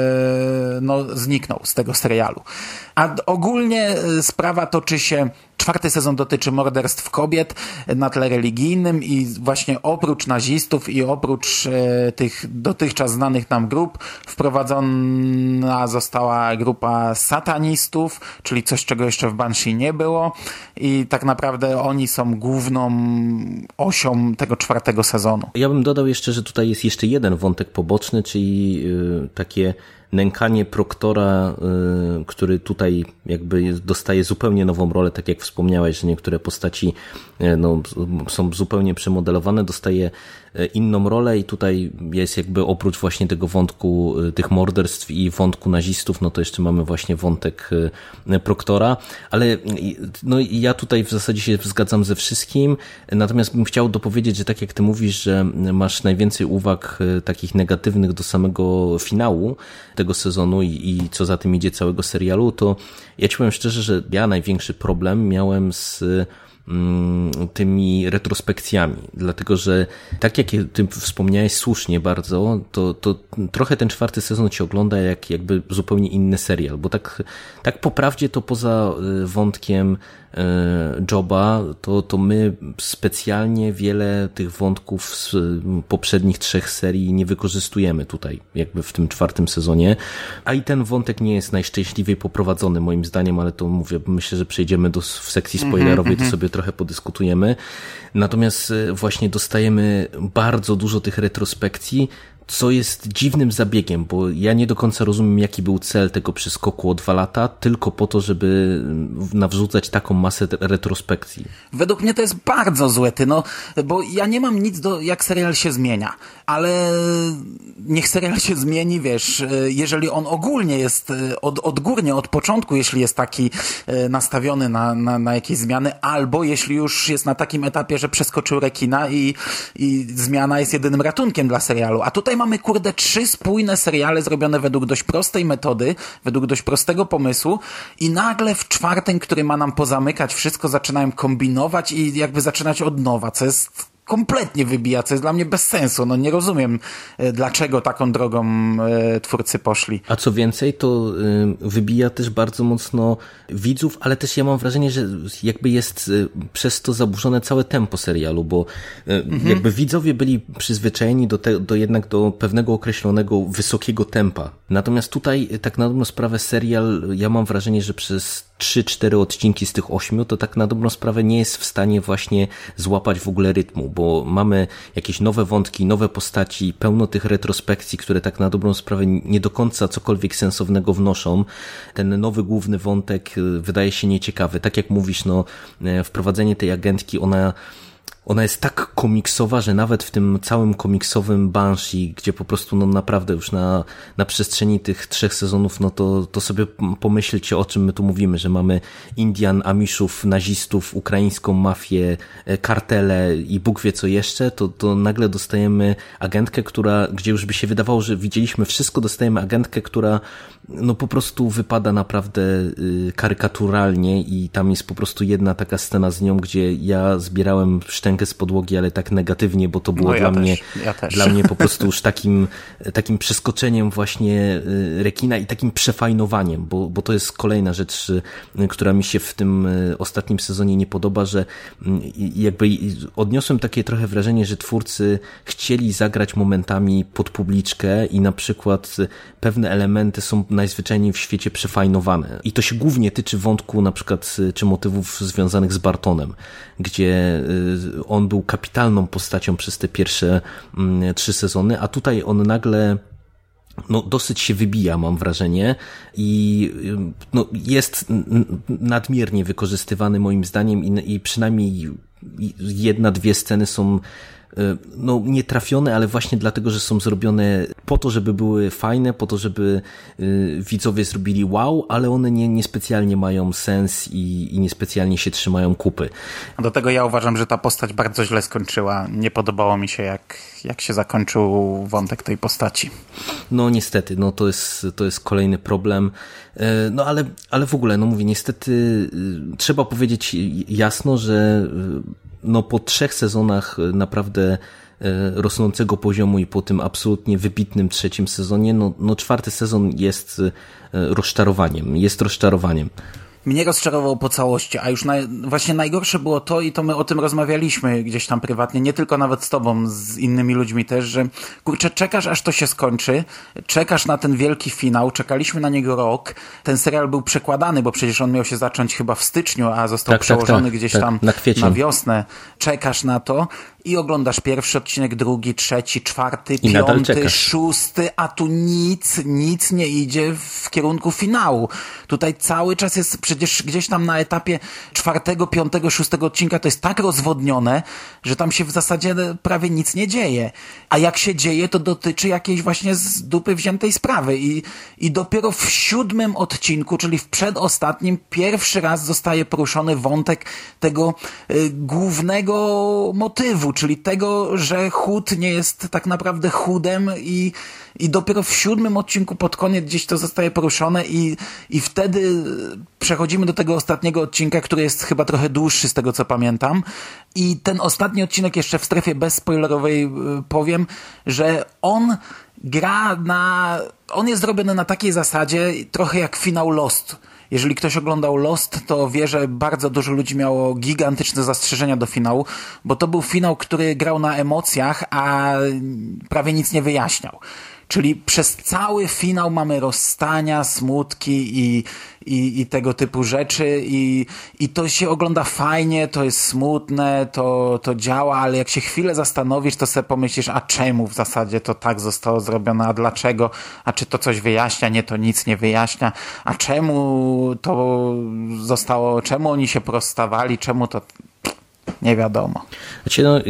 zniknął z tego serialu. A ogólnie sprawa toczy się, 4. sezon dotyczy morderstw kobiet na tle religijnym i właśnie oprócz nazistów i oprócz tych dotychczas znanych nam grup wprowadzona została grupa satanistów, czyli coś, czego jeszcze w Banshee nie było i tak naprawdę oni są główną osią tego 4. sezonu. Ja bym dodał jeszcze, że tutaj jest jeszcze jeden wątek poboczny, czyli takie nękanie Proktora, który tutaj jakby dostaje zupełnie nową rolę, tak jak wspomniałeś, że niektóre postaci są zupełnie przemodelowane, dostaje inną rolę i tutaj jest jakby oprócz właśnie tego wątku tych morderstw i wątku nazistów, no to jeszcze mamy właśnie wątek Proktora, ale no ja tutaj w zasadzie się zgadzam ze wszystkim, natomiast bym chciał dopowiedzieć, że tak jak ty mówisz, że masz najwięcej uwag takich negatywnych do samego finału tego sezonu i co za tym idzie całego serialu, to ja ci powiem szczerze, że ja największy problem miałem z tymi retrospekcjami, dlatego że tak jak ty wspomniałeś słusznie bardzo, to trochę ten 4. sezon się ogląda jak jakby zupełnie inny serial, bo tak po prawdzie to poza wątkiem Joba, to my specjalnie wiele tych wątków z poprzednich 3 serii nie wykorzystujemy tutaj, jakby w tym 4. sezonie, a i ten wątek nie jest najszczęśliwiej poprowadzony moim zdaniem, ale to mówię, myślę, że przejdziemy w sekcji spoilerowej, to sobie trochę podyskutujemy. Natomiast właśnie dostajemy bardzo dużo tych retrospekcji, co jest dziwnym zabiegiem, bo ja nie do końca rozumiem, jaki był cel tego przeskoku o 2 lata, tylko po to, żeby nawrzucać taką masę retrospekcji. Według mnie to jest bardzo złe, bo ja nie mam nic jak serial się zmienia, ale niech serial się zmieni, wiesz, jeżeli on ogólnie jest odgórnie, od początku, jeśli jest taki nastawiony na jakieś zmiany, albo jeśli już jest na takim etapie, że przeskoczył rekina i zmiana jest jedynym ratunkiem dla serialu. A tutaj mamy, 3 spójne seriale zrobione według dość prostej metody, według dość prostego pomysłu i nagle w 4., który ma nam pozamykać wszystko, zaczynają kombinować i jakby zaczynać od nowa, co jest kompletnie wybija, co jest dla mnie bez sensu. No nie rozumiem, dlaczego taką drogą twórcy poszli. A co więcej, to wybija też bardzo mocno widzów, ale też ja mam wrażenie, że jakby jest przez to zaburzone całe tempo serialu, bo jakby widzowie byli przyzwyczajeni jednak do pewnego określonego wysokiego tempa. Natomiast tutaj tak na dobrą sprawę serial, ja mam wrażenie, że przez 3-4 odcinki z tych 8, to tak na dobrą sprawę nie jest w stanie właśnie złapać w ogóle rytmu, bo mamy jakieś nowe wątki, nowe postaci, pełno tych retrospekcji, które tak na dobrą sprawę nie do końca cokolwiek sensownego wnoszą. Ten nowy główny wątek wydaje się nieciekawy. Tak jak mówisz, wprowadzenie tej agentki, ona jest tak komiksowa, że nawet w tym całym komiksowym Banshee, gdzie po prostu naprawdę już na przestrzeni tych 3 sezonów, to sobie pomyślcie, o czym my tu mówimy, że mamy Indian, Amishów, nazistów, ukraińską mafię, kartele i Bóg wie co jeszcze, to nagle dostajemy agentkę, gdzie już by się wydawało, że widzieliśmy wszystko, dostajemy agentkę, która po prostu wypada naprawdę karykaturalnie i tam jest po prostu jedna taka scena z nią, gdzie ja zbierałem szczękę z podłogi, ale tak negatywnie, bo to było dla mnie po prostu już takim przeskoczeniem właśnie rekina i takim przefajnowaniem, bo to jest kolejna rzecz, która mi się w tym ostatnim sezonie nie podoba, że jakby odniosłem takie trochę wrażenie, że twórcy chcieli zagrać momentami pod publiczkę i na przykład pewne elementy są najzwyczajniej w świecie przefajnowane. I to się głównie tyczy wątku na przykład czy motywów związanych z Bartonem, gdzie on był kapitalną postacią przez te pierwsze 3 sezony, a tutaj on nagle dosyć się wybija, mam wrażenie, i jest nadmiernie wykorzystywany moim zdaniem i przynajmniej 1-2 sceny są no nietrafione, ale właśnie dlatego, że są zrobione po to, żeby były fajne, po to, żeby widzowie zrobili wow, ale one niespecjalnie mają sens i niespecjalnie się trzymają kupy. Do tego ja uważam, że ta postać bardzo źle skończyła. Nie podobało mi się, jak się zakończył wątek tej postaci. No niestety, no to jest kolejny problem. No ale w ogóle, no mówię, niestety trzeba powiedzieć jasno, że no po 3 sezonach naprawdę rosnącego poziomu i po tym absolutnie wybitnym 3. sezonie, no 4. sezon jest rozczarowaniem. Mnie rozczarował po całości, a już właśnie najgorsze było to, i to my o tym rozmawialiśmy gdzieś tam prywatnie, nie tylko nawet z tobą, z innymi ludźmi też, że kurczę, czekasz aż to się skończy, czekasz na ten wielki finał, czekaliśmy na niego rok, ten serial był przekładany, bo przecież on miał się zacząć chyba w styczniu, a został przełożony gdzieś tam na wiosnę. Czekasz na to i oglądasz pierwszy odcinek, drugi, trzeci, czwarty, I 5., 6, a tu nic nie idzie w kierunku finału. Tutaj cały czas jest przecież gdzieś tam na etapie 4., 5., 6. odcinka to jest tak rozwodnione, że tam się w zasadzie prawie nic nie dzieje. A jak się dzieje, to dotyczy jakiejś właśnie z dupy wziętej sprawy. I dopiero w 7. odcinku, czyli w przedostatnim, pierwszy raz zostaje poruszony wątek tego głównego motywu, czyli tego, że chód nie jest tak naprawdę chudem i dopiero w 7. odcinku pod koniec gdzieś to zostaje poruszone i wtedy przechodzimy do tego ostatniego odcinka, który jest chyba trochę dłuższy z tego co pamiętam, i ten ostatni odcinek jeszcze w strefie bezspoilerowej powiem, że on jest zrobiony na takiej zasadzie trochę jak finał Lost. Jeżeli ktoś oglądał Lost, to wie, że bardzo dużo ludzi miało gigantyczne zastrzeżenia do finału, bo to był finał, który grał na emocjach, a prawie nic nie wyjaśniał. Czyli przez cały finał mamy rozstania, smutki i tego typu rzeczy i to się ogląda fajnie, to jest smutne, to działa, ale jak się chwilę zastanowisz, to sobie pomyślisz, a czemu w zasadzie to tak zostało zrobione, a dlaczego, a czy to coś wyjaśnia, nie, to nic nie wyjaśnia, a czemu to zostało, czemu oni się porozstawali, czemu to... Nie wiadomo. Znaczy, no,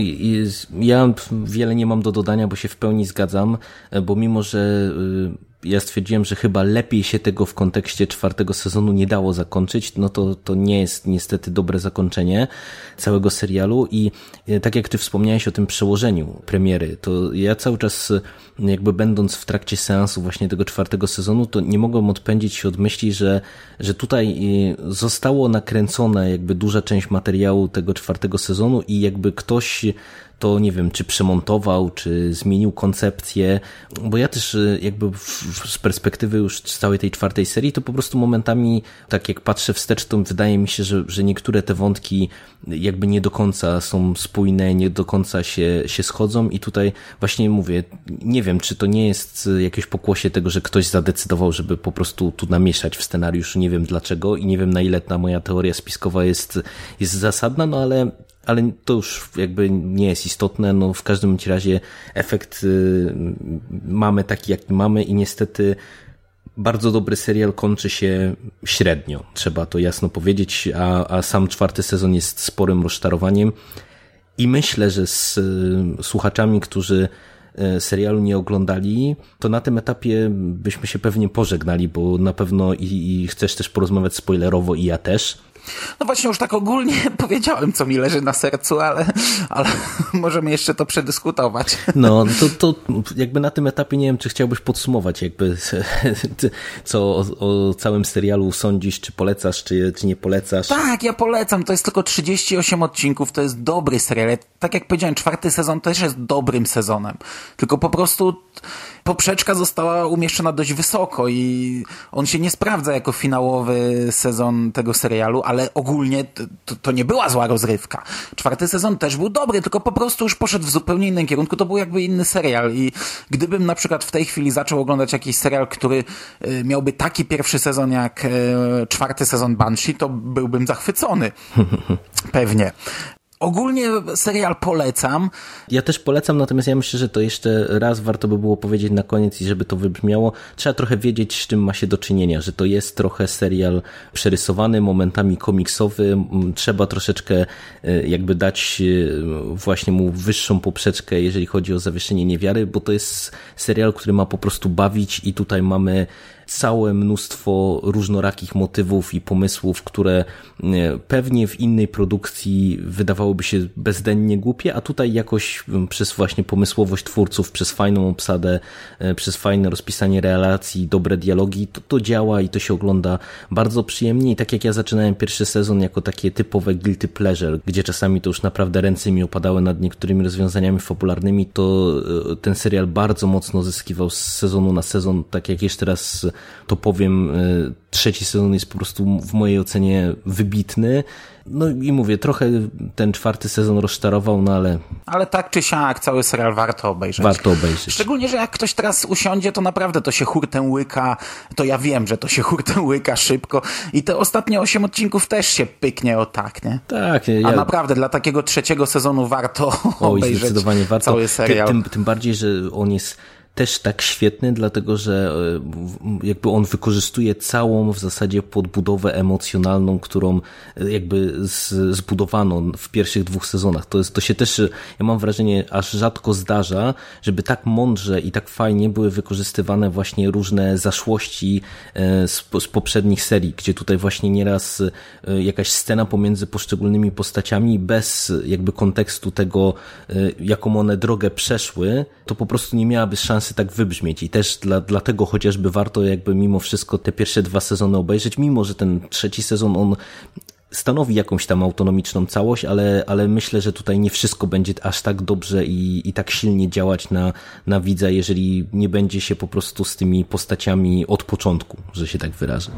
ja wiele nie mam do dodania, bo się w pełni zgadzam, bo mimo, że ja stwierdziłem, że chyba lepiej się tego w kontekście 4. sezonu nie dało zakończyć, no to nie jest niestety dobre zakończenie całego serialu i tak jak ty wspomniałeś o tym przełożeniu premiery, to ja cały czas jakby będąc w trakcie seansu właśnie tego 4. sezonu, to nie mogłem odpędzić się od myśli, że tutaj zostało nakręcone jakby duża część materiału tego 4. sezonu i jakby ktoś to nie wiem, czy przemontował, czy zmienił koncepcję, bo ja też jakby z perspektywy już całej tej 4. serii, to po prostu momentami, tak jak patrzę wstecz, to wydaje mi się, że niektóre te wątki jakby nie do końca są spójne, nie do końca się schodzą i tutaj właśnie mówię, nie wiem, czy to nie jest jakieś pokłosie tego, że ktoś zadecydował, żeby po prostu tu namieszać w scenariuszu, nie wiem dlaczego i nie wiem na ile ta moja teoria spiskowa jest zasadna, no ale to już jakby nie jest istotne, no w każdym razie efekt mamy taki jaki mamy i niestety bardzo dobry serial kończy się średnio, trzeba to jasno powiedzieć, a sam 4. sezon jest sporym rozczarowaniem i myślę, że z słuchaczami, którzy serialu nie oglądali, to na tym etapie byśmy się pewnie pożegnali, bo na pewno i chcesz też porozmawiać spoilerowo i ja też. No właśnie już tak ogólnie powiedziałem, co mi leży na sercu, ale możemy jeszcze to przedyskutować. No, to jakby na tym etapie nie wiem, czy chciałbyś podsumować jakby co o całym serialu sądzisz, czy polecasz, czy nie polecasz? Tak, ja polecam, to jest tylko 38 odcinków, to jest dobry serial. Tak jak powiedziałem, 4. sezon też jest dobrym sezonem, tylko po prostu poprzeczka została umieszczona dość wysoko i on się nie sprawdza jako finałowy sezon tego serialu, ale ogólnie to nie była zła rozrywka. 4. sezon też był dobry, tylko po prostu już poszedł w zupełnie innym kierunku, to był jakby inny serial i gdybym na przykład w tej chwili zaczął oglądać jakiś serial, który miałby taki pierwszy sezon jak 4. sezon Banshee, to byłbym zachwycony. Pewnie. Ogólnie serial polecam. Ja też polecam, natomiast ja myślę, że to jeszcze raz warto by było powiedzieć na koniec i żeby to wybrzmiało. Trzeba trochę wiedzieć, z czym ma się do czynienia, że to jest trochę serial przerysowany, momentami komiksowy. Trzeba troszeczkę jakby dać właśnie mu wyższą poprzeczkę, jeżeli chodzi o zawieszenie niewiary, bo to jest serial, który ma po prostu bawić i tutaj mamy całe mnóstwo różnorakich motywów i pomysłów, które pewnie w innej produkcji wydawałoby się bezdennie głupie, a tutaj jakoś przez właśnie pomysłowość twórców, przez fajną obsadę, przez fajne rozpisanie relacji, dobre dialogi, to działa i to się ogląda bardzo przyjemnie i tak jak ja zaczynałem pierwszy sezon jako takie typowe guilty pleasure, gdzie czasami to już naprawdę ręce mi opadały nad niektórymi rozwiązaniami fabularnymi, to ten serial bardzo mocno zyskiwał z sezonu na sezon, tak jak jeszcze raz to powiem, trzeci sezon jest po prostu w mojej ocenie wybitny. No i mówię, trochę ten czwarty sezon rozczarował, no ale... Ale tak czy siak, cały serial warto obejrzeć. Warto obejrzeć. Szczególnie, że jak ktoś teraz usiądzie, to naprawdę to się hurtem łyka, to ja wiem, że to się hurtem łyka szybko i te ostatnie 8 odcinków też się pyknie o tak, nie? Tak. A naprawdę, dla takiego trzeciego sezonu warto obejrzeć zdecydowanie warto. Cały serial. Tym bardziej, że on jest też tak świetny, dlatego że jakby on wykorzystuje całą w zasadzie podbudowę emocjonalną, którą jakby zbudowano w pierwszych 2 sezonach. To się też, ja mam wrażenie, aż rzadko zdarza, żeby tak mądrze i tak fajnie były wykorzystywane właśnie różne zaszłości z poprzednich serii, gdzie tutaj właśnie nieraz jakaś scena pomiędzy poszczególnymi postaciami bez jakby kontekstu tego, jaką one drogę przeszły, to po prostu nie miałaby szansy tak wybrzmieć i też dlatego chociażby warto jakby mimo wszystko te pierwsze 2 sezony obejrzeć, mimo że ten trzeci sezon on stanowi jakąś tam autonomiczną całość, ale myślę, że tutaj nie wszystko będzie aż tak dobrze i tak silnie działać na widza, jeżeli nie będzie się po prostu z tymi postaciami od początku, że się tak wyrażę.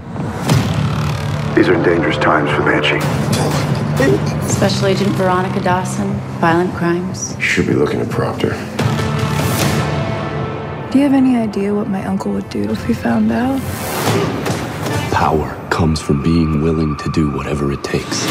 These are dangerous times for Banshee. Special Agent Veronica Dawson, violent crimes. You should be looking at Proctor. Do you have any idea what my uncle would do if he found out? Power comes from being willing to do whatever it takes.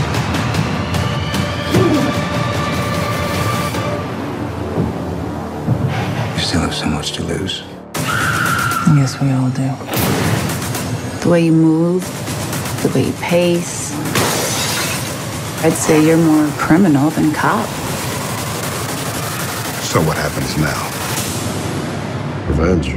You still have so much to lose. Yes, we all do. The way you move, the way you pace. I'd say you're more criminal than cop. So what happens now? Revenge.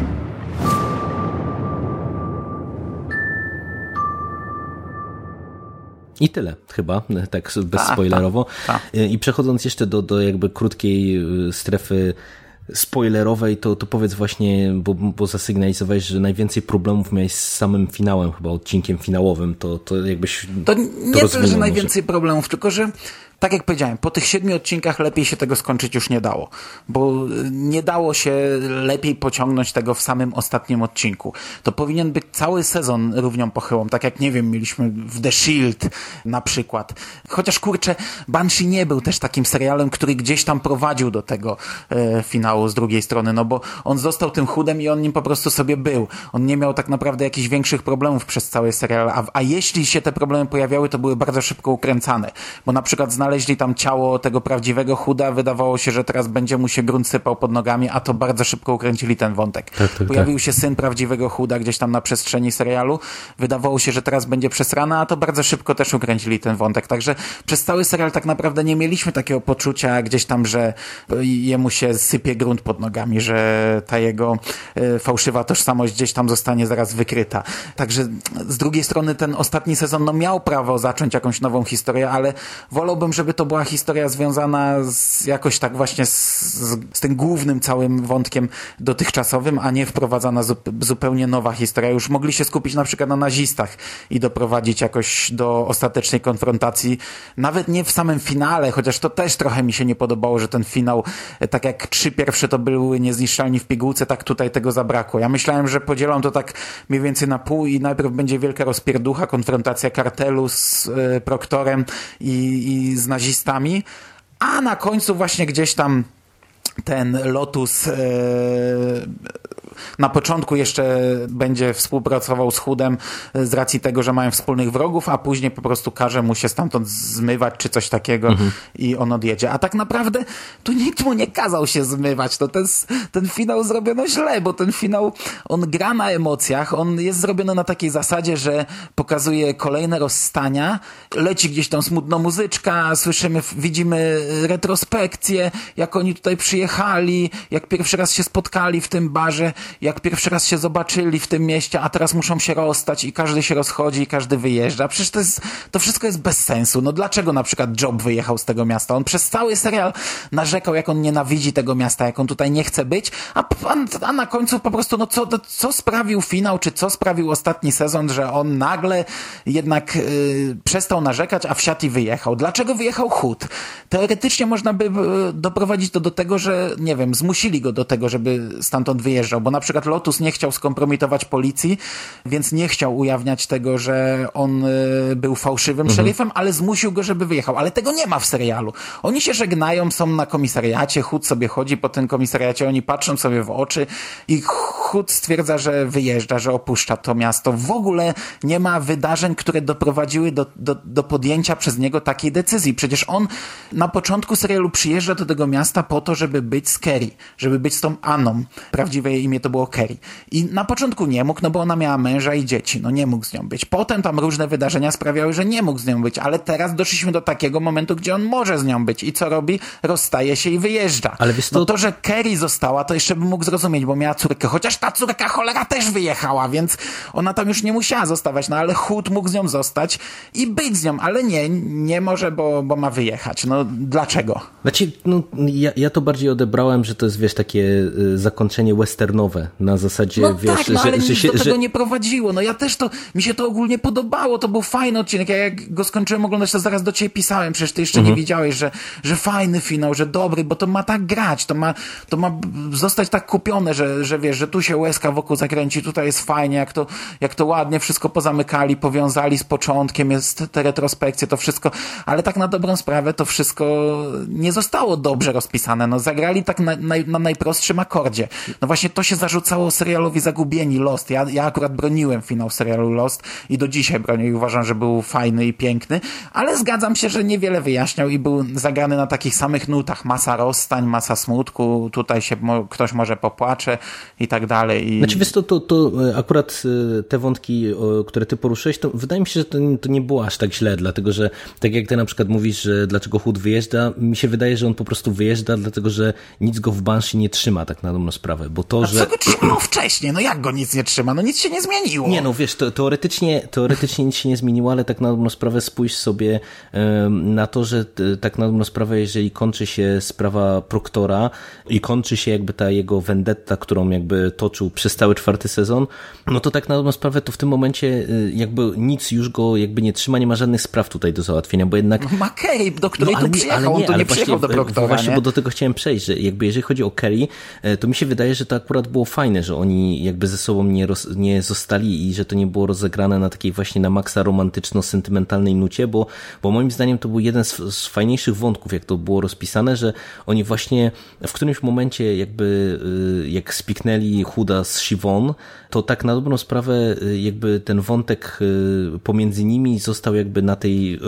I tyle chyba, tak bezspoilerowo. I przechodząc jeszcze do jakby krótkiej strefy spoilerowej, to powiedz właśnie, bo zasygnalizowałeś, że najwięcej problemów miałeś z samym finałem, chyba odcinkiem finałowym, to jakbyś to nie tyle, że najwięcej problemów, tylko że tak jak powiedziałem, po tych 7 odcinkach lepiej się tego skończyć już nie dało, bo nie dało się lepiej pociągnąć tego w samym ostatnim odcinku. To powinien być cały sezon równią pochyłą, tak jak, nie wiem, mieliśmy w The Shield na przykład. Chociaż kurczę, Banshee nie był też takim serialem, który gdzieś tam prowadził do tego finału z drugiej strony, no bo on został tym chudem i on nim po prostu sobie był. On nie miał tak naprawdę jakichś większych problemów przez cały serial, a jeśli się te problemy pojawiały, to były bardzo szybko ukręcane, bo na przykład znaleźli tam ciało tego prawdziwego chuda, wydawało się, że teraz będzie mu się grunt sypał pod nogami, a to bardzo szybko ukręcili ten wątek. Pojawił się syn prawdziwego chuda gdzieś tam na przestrzeni serialu, wydawało się, że teraz będzie przesrane, a to bardzo szybko też ukręcili ten wątek, także przez cały serial tak naprawdę nie mieliśmy takiego poczucia gdzieś tam, że jemu się sypie grunt pod nogami, że ta jego fałszywa tożsamość gdzieś tam zostanie zaraz wykryta. Także z drugiej strony ten ostatni sezon miał prawo zacząć jakąś nową historię, ale wolałbym, żeby to była historia związana jakoś tak właśnie z tym głównym całym wątkiem dotychczasowym, a nie wprowadzana zupełnie nowa historia. Już mogli się skupić na przykład na nazistach i doprowadzić jakoś do ostatecznej konfrontacji. Nawet nie w samym finale, chociaż to też trochę mi się nie podobało, że ten finał, tak jak 3 pierwsze to były Niezniszczalni w pigułce, tak tutaj tego zabrakło. Ja myślałem, że podzielą to tak mniej więcej na pół i najpierw będzie wielka rozpierducha, konfrontacja kartelu z Proctorem i z nazistami, a na końcu właśnie gdzieś tam ten Lotus na początku jeszcze będzie współpracował z Hoodem z racji tego, że mają wspólnych wrogów, a później po prostu każe mu się stamtąd zmywać czy coś takiego i on odjedzie. A tak naprawdę tu nikt mu nie kazał się zmywać. To ten finał zrobiono źle, bo ten finał, on gra na emocjach, on jest zrobiony na takiej zasadzie, że pokazuje kolejne rozstania, leci gdzieś tam smutna muzyczka, widzimy retrospekcję, jak oni tutaj przyjechali, jak pierwszy raz się spotkali w tym barze, jak pierwszy raz się zobaczyli w tym mieście, a teraz muszą się rozstać i każdy się rozchodzi i każdy wyjeżdża. Przecież to wszystko jest bez sensu. No dlaczego na przykład Job wyjechał z tego miasta? On przez cały serial narzekał, jak on nienawidzi tego miasta, jak on tutaj nie chce być, a na końcu po prostu, no co sprawił finał, czy co sprawił ostatni sezon, że on nagle jednak przestał narzekać, a wsiadł i wyjechał. Dlaczego wyjechał Hood? Teoretycznie można by doprowadzić to do tego, że nie wiem, zmusili go do tego, żeby stamtąd wyjeżdżał, bo na przykład Lotus nie chciał skompromitować policji, więc nie chciał ujawniać tego, że on był fałszywym szeryfem, ale zmusił go, żeby wyjechał. Ale tego nie ma w serialu. Oni się żegnają, są na komisariacie, Hood sobie chodzi po tym komisariacie, oni patrzą sobie w oczy i Hood stwierdza, że wyjeżdża, że opuszcza to miasto. W ogóle nie ma wydarzeń, które doprowadziły do podjęcia przez niego takiej decyzji. Przecież on na początku serialu przyjeżdża do tego miasta po to, żeby być z Carrie, żeby być z tą Anną. Prawdziwe jej imię to było Carrie. I na początku nie mógł, no bo ona miała męża i dzieci. No nie mógł z nią być. Potem tam różne wydarzenia sprawiały, że nie mógł z nią być, ale teraz doszliśmy do takiego momentu, gdzie on może z nią być. I co robi? Rozstaje się i wyjeżdża. Ale wiesz, no to, że Carrie została, to jeszcze bym mógł zrozumieć, bo miała córkę. Chociaż ta córka cholera też wyjechała, więc ona tam już nie musiała zostawać. No ale Hood mógł z nią zostać i być z nią, ale nie może, bo ma wyjechać. No dlaczego? Znaczy, no, ja to bardziej odebrałem, że to jest, wiesz, takie zakończenie westernowe na zasadzie, no wiesz, tak, no, ale nic do tego nie prowadziło. No ja też mi się to ogólnie podobało, to był fajny odcinek. Ja jak go skończyłem oglądać, to zaraz do ciebie pisałem, przecież ty jeszcze nie wiedziałeś, że fajny finał, że dobry, bo to ma tak grać, to ma zostać tak kupione, że wiesz, że tu się łezka wokół zakręci, tutaj jest fajnie, jak to ładnie wszystko pozamykali, powiązali z początkiem, jest te retrospekcje, to wszystko, ale tak na dobrą sprawę to wszystko nie zostało dobrze rozpisane, no zagrali tak na najprostszym akordzie. No właśnie to się zarzucało serialowi Zagubieni, Lost. Ja akurat broniłem finał serialu Lost i do dzisiaj bronię i uważam, że był fajny i piękny, ale zgadzam się, że niewiele wyjaśniał i był zagrany na takich samych nutach. Masa rozstań, masa smutku, tutaj się ktoś może popłacze i tak dalej. Znaczy wiesz, to akurat te wątki, które ty poruszyłeś, to wydaje mi się, że to nie było aż tak źle, dlatego że tak jak ty na przykład mówisz, że dlaczego Hood wyjeżdża, mi się wydaje, że on po prostu wyjeżdża, dlatego że nic go w Banshee nie trzyma tak na dobrą sprawę, bo to, że... co go trzymało wcześniej? No jak go nic nie trzyma? No nic się nie zmieniło. Nie, no wiesz, teoretycznie nic się nie zmieniło, ale tak na dobrą sprawę spójrz sobie na to, że tak na dobrą sprawę, jeżeli kończy się sprawa Proktora i kończy się jakby ta jego vendetta, którą jakby toczył przez cały 4. sezon, no to tak na dobrą sprawę to w tym momencie jakby nic już go jakby nie trzyma, nie ma żadnych spraw tutaj do załatwienia, bo jednak... No ma Carrie, do której tu przyjechał, on tu nie przyjechał do Proktora, właśnie, nie? bo do tego chciałem przejść, że jakby jeżeli chodzi o Carrie, to mi się wydaje, że to akurat było fajne, że oni jakby ze sobą nie zostali i że to nie było rozegrane na takiej właśnie na maksa romantyczno-sentymentalnej nucie, bo moim zdaniem to był jeden z fajniejszych wątków, jak to było rozpisane, że oni właśnie w którymś momencie jakby jak spiknęli Hooda z Siobhan, to tak na dobrą sprawę jakby ten wątek pomiędzy nimi został jakby na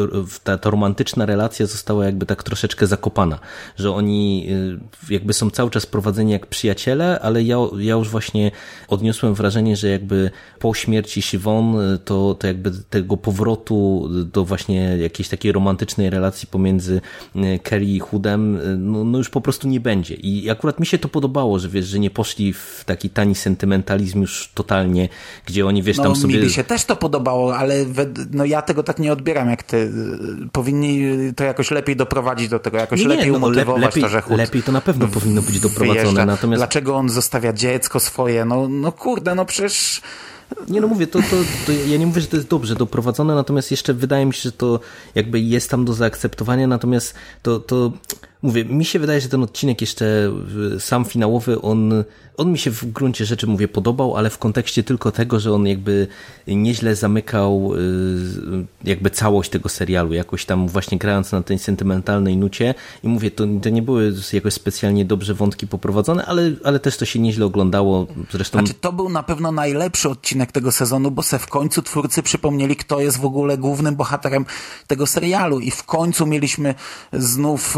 ta romantyczna relacja została jakby tak troszeczkę zakopana, że oni jakby są cały czas prowadzeni jak przyjaciele, ale ja już właśnie odniosłem wrażenie, że jakby po śmierci Siobhan to jakby tego powrotu do właśnie jakiejś takiej romantycznej relacji pomiędzy Carrie i Hoodem no już po prostu nie będzie. I akurat mi się to podobało, że wiesz, że nie poszli w taki tani sentymentalizm już totalnie, gdzie oni wiesz tam sobie... Mi się też to podobało, ale no ja tego tak nie odbieram jak ty. Powinni to jakoś lepiej doprowadzić do tego, jakoś lepiej umotywować to, że Hood lepiej to na pewno powinno być doprowadzone. Natomiast... Dlaczego on zostawia dziecko swoje? No kurde, no przecież... Nie, no mówię, to ja nie mówię, że to jest dobrze doprowadzone, natomiast jeszcze wydaje mi się, że to jakby jest tam do zaakceptowania, natomiast to Mówię, mi się wydaje, że ten odcinek jeszcze sam finałowy, on mi się w gruncie rzeczy, mówię, podobał, ale w kontekście tylko tego, że on jakby nieźle zamykał jakby całość tego serialu, jakoś tam właśnie grając na tej sentymentalnej nucie i mówię, to nie były jakoś specjalnie dobrze wątki poprowadzone, ale też to się nieźle oglądało. Zresztą... Znaczy, to był na pewno najlepszy odcinek tego sezonu, bo w końcu twórcy przypomnieli, kto jest w ogóle głównym bohaterem tego serialu i w końcu mieliśmy znów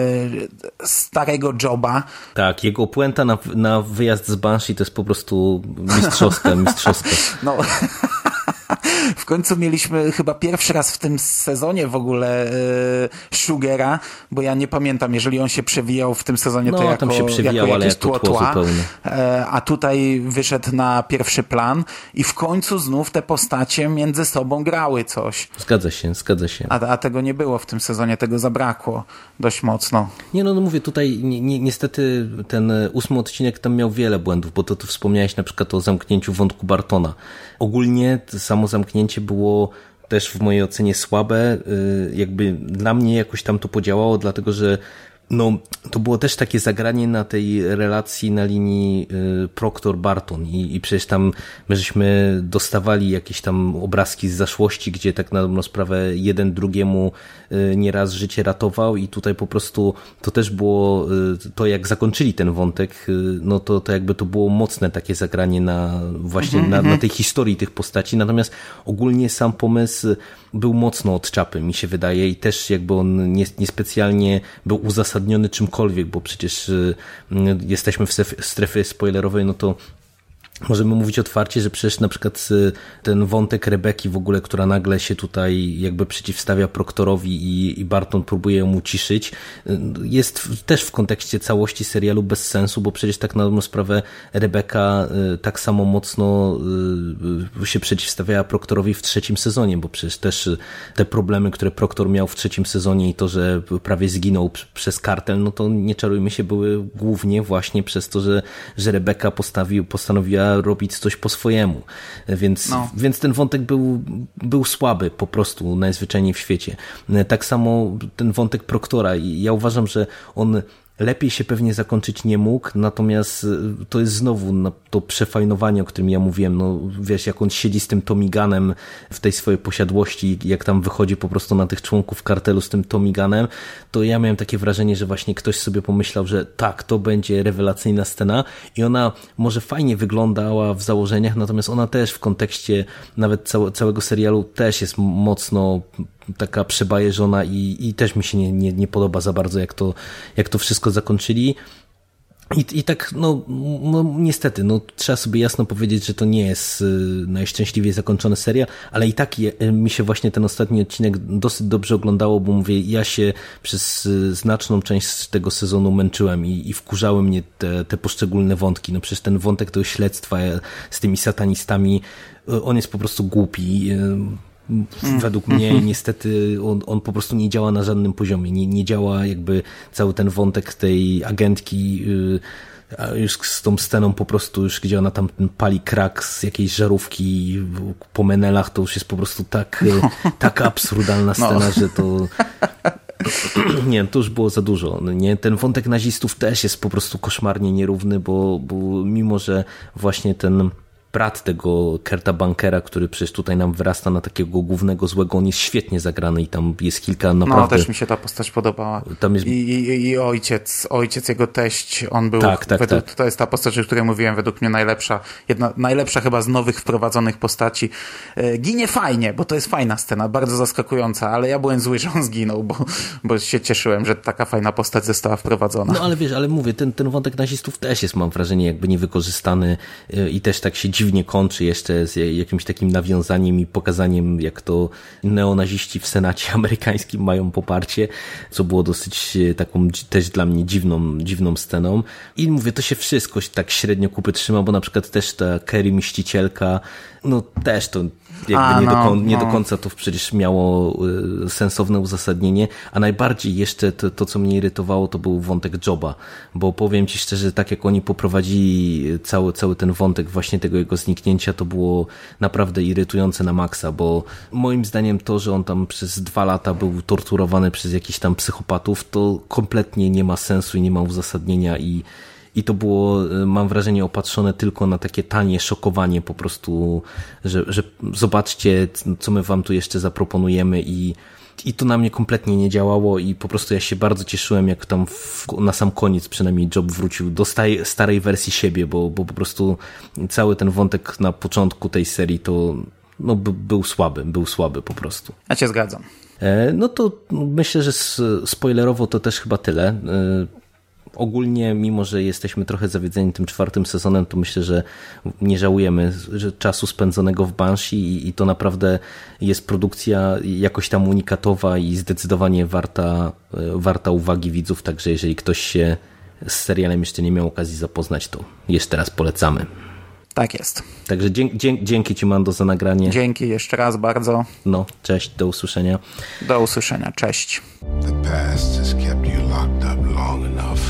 starego Joba. Tak, jego puenta na wyjazd z Banshee to jest po prostu mistrzowska. No, w końcu mieliśmy chyba pierwszy raz w tym sezonie w ogóle Sugera, bo ja nie pamiętam, jeżeli on się przewijał w tym sezonie, to tam się przewijał, ale jako tło zupełnie. A tutaj wyszedł na pierwszy plan i w końcu znów te postacie między sobą grały coś. Zgadza się. A tego nie było w tym sezonie, tego zabrakło dość mocno. Nie, no mówię, tutaj niestety ten 8 odcinek tam miał wiele błędów, bo to tu wspomniałeś na przykład o zamknięciu wątku Bartona. Ogólnie samo zamknięcie było też w mojej ocenie słabe. Jakby dla mnie jakoś tam to podziałało, dlatego że no, to było też takie zagranie na tej relacji na linii Proctor-Barton i przecież tam my żeśmy dostawali jakieś tam obrazki z zaszłości, gdzie tak na dobrą sprawę jeden drugiemu nieraz życie ratował i tutaj po prostu to też było to, jak zakończyli ten wątek, no to jakby to było mocne takie zagranie na właśnie na tej historii tych postaci, natomiast ogólnie sam pomysł był mocno od czapy, mi się wydaje, i też jakby on niespecjalnie był uzasadniony czymkolwiek, bo przecież jesteśmy w strefie spoilerowej, no to możemy mówić otwarcie, że przecież na przykład ten wątek Rebeki w ogóle, która nagle się tutaj jakby przeciwstawia Proktorowi i Barton próbuje ją uciszyć, jest też w kontekście całości serialu bez sensu, bo przecież tak na dobrą sprawę Rebeka tak samo mocno się przeciwstawiała Proktorowi w 3. sezonie, bo przecież też te problemy, które Proktor miał w 3. sezonie i to, że prawie zginął przez kartel, no to nie czarujmy się, były głównie właśnie przez to, że Rebeka postanowiła robić coś po swojemu. Więc ten wątek był słaby po prostu najzwyczajniej w świecie. Tak samo ten wątek Proktora. Ja uważam, że on lepiej się pewnie zakończyć nie mógł, natomiast to jest znowu to przefajnowanie, o którym ja mówiłem, no wiesz, jak on siedzi z tym Tomiganem w tej swojej posiadłości, jak tam wychodzi po prostu na tych członków kartelu z tym Tomiganem, to ja miałem takie wrażenie, że właśnie ktoś sobie pomyślał, że tak, to będzie rewelacyjna scena i ona może fajnie wyglądała w założeniach, natomiast ona też w kontekście nawet całego serialu też jest mocno taka przebajeżona i też mi się nie podoba za bardzo, jak to wszystko zakończyli. I tak, no niestety, no trzeba sobie jasno powiedzieć, że to nie jest najszczęśliwiej zakończony serial, ale i tak mi się właśnie ten ostatni odcinek dosyć dobrze oglądało, bo mówię, ja się przez znaczną część tego sezonu męczyłem i wkurzały mnie te poszczególne wątki. No przecież ten wątek tego śledztwa z tymi satanistami, on jest po prostu głupi. Według mnie niestety on po prostu nie działa na żadnym poziomie. Nie działa jakby cały ten wątek tej agentki już z tą sceną po prostu już, gdzie ona tam pali krak z jakiejś żarówki po menelach, to już jest po prostu taka absurdalna scena, że to nie, to już było za dużo. Nie? Ten wątek nazistów też jest po prostu koszmarnie nierówny, bo mimo, że właśnie ten brat tego Kurta Bunkera, który przecież tutaj nam wyrasta na takiego głównego złego, on jest świetnie zagrany i tam jest kilka naprawdę... No, też mi się ta postać podobała. Tam jest... I ojciec, jego teść, on był... Tak. To jest ta postać, o której mówiłem, według mnie najlepsza chyba z nowych wprowadzonych postaci. Ginie fajnie, bo to jest fajna scena, bardzo zaskakująca, ale ja byłem zły, że on zginął, bo się cieszyłem, że taka fajna postać została wprowadzona. No ale wiesz, ale mówię, ten wątek nazistów też jest, mam wrażenie, jakby niewykorzystany i też tak się dziwnie kończy jeszcze z jakimś takim nawiązaniem i pokazaniem, jak to neonaziści w Senacie amerykańskim mają poparcie, co było dosyć taką też dla mnie dziwną sceną. I mówię, to się wszystko tak średnio kupy trzyma, bo na przykład też ta Carrie Mścicielka, no też to jakby nie do końca to przecież miało sensowne uzasadnienie, a najbardziej jeszcze to, co mnie irytowało, to był wątek Joba, bo powiem ci szczerze, tak jak oni poprowadzili cały ten wątek właśnie tego jego zniknięcia, to było naprawdę irytujące na maksa, bo moim zdaniem to, że on tam przez 2 lata był torturowany przez jakichś tam psychopatów, to kompletnie nie ma sensu i nie ma uzasadnienia i to było, mam wrażenie, opatrzone tylko na takie tanie szokowanie po prostu, że zobaczcie, co my wam tu jeszcze zaproponujemy i to na mnie kompletnie nie działało i po prostu ja się bardzo cieszyłem, jak tam na sam koniec przynajmniej Job wrócił do starej wersji siebie, bo po prostu cały ten wątek na początku tej serii to był słaby po prostu. Ja cię zgadzam. No to myślę, że spoilerowo to też chyba tyle. Ogólnie, mimo że jesteśmy trochę zawiedzeni tym 4. sezonem, to myślę, że nie żałujemy czasu spędzonego w Banshee i to naprawdę jest produkcja jakoś tam unikatowa i zdecydowanie warta uwagi widzów, także jeżeli ktoś się z serialem jeszcze nie miał okazji zapoznać, to jeszcze raz polecamy. Tak jest. Także dzięki ci, Mando, za nagranie. Dzięki jeszcze raz bardzo. No, cześć, do usłyszenia. Do usłyszenia, cześć. The past has kept you locked up long enough.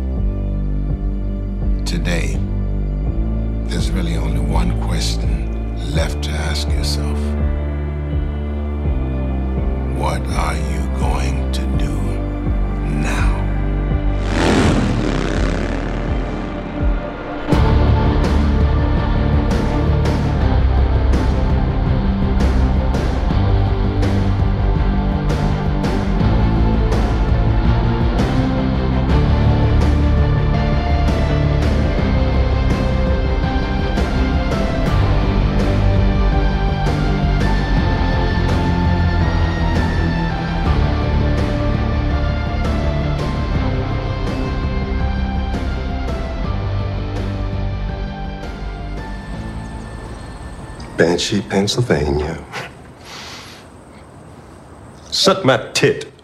Today, there's really only one question left to ask yourself. What are you going to do now? Banshee, Pennsylvania. Suck my tit.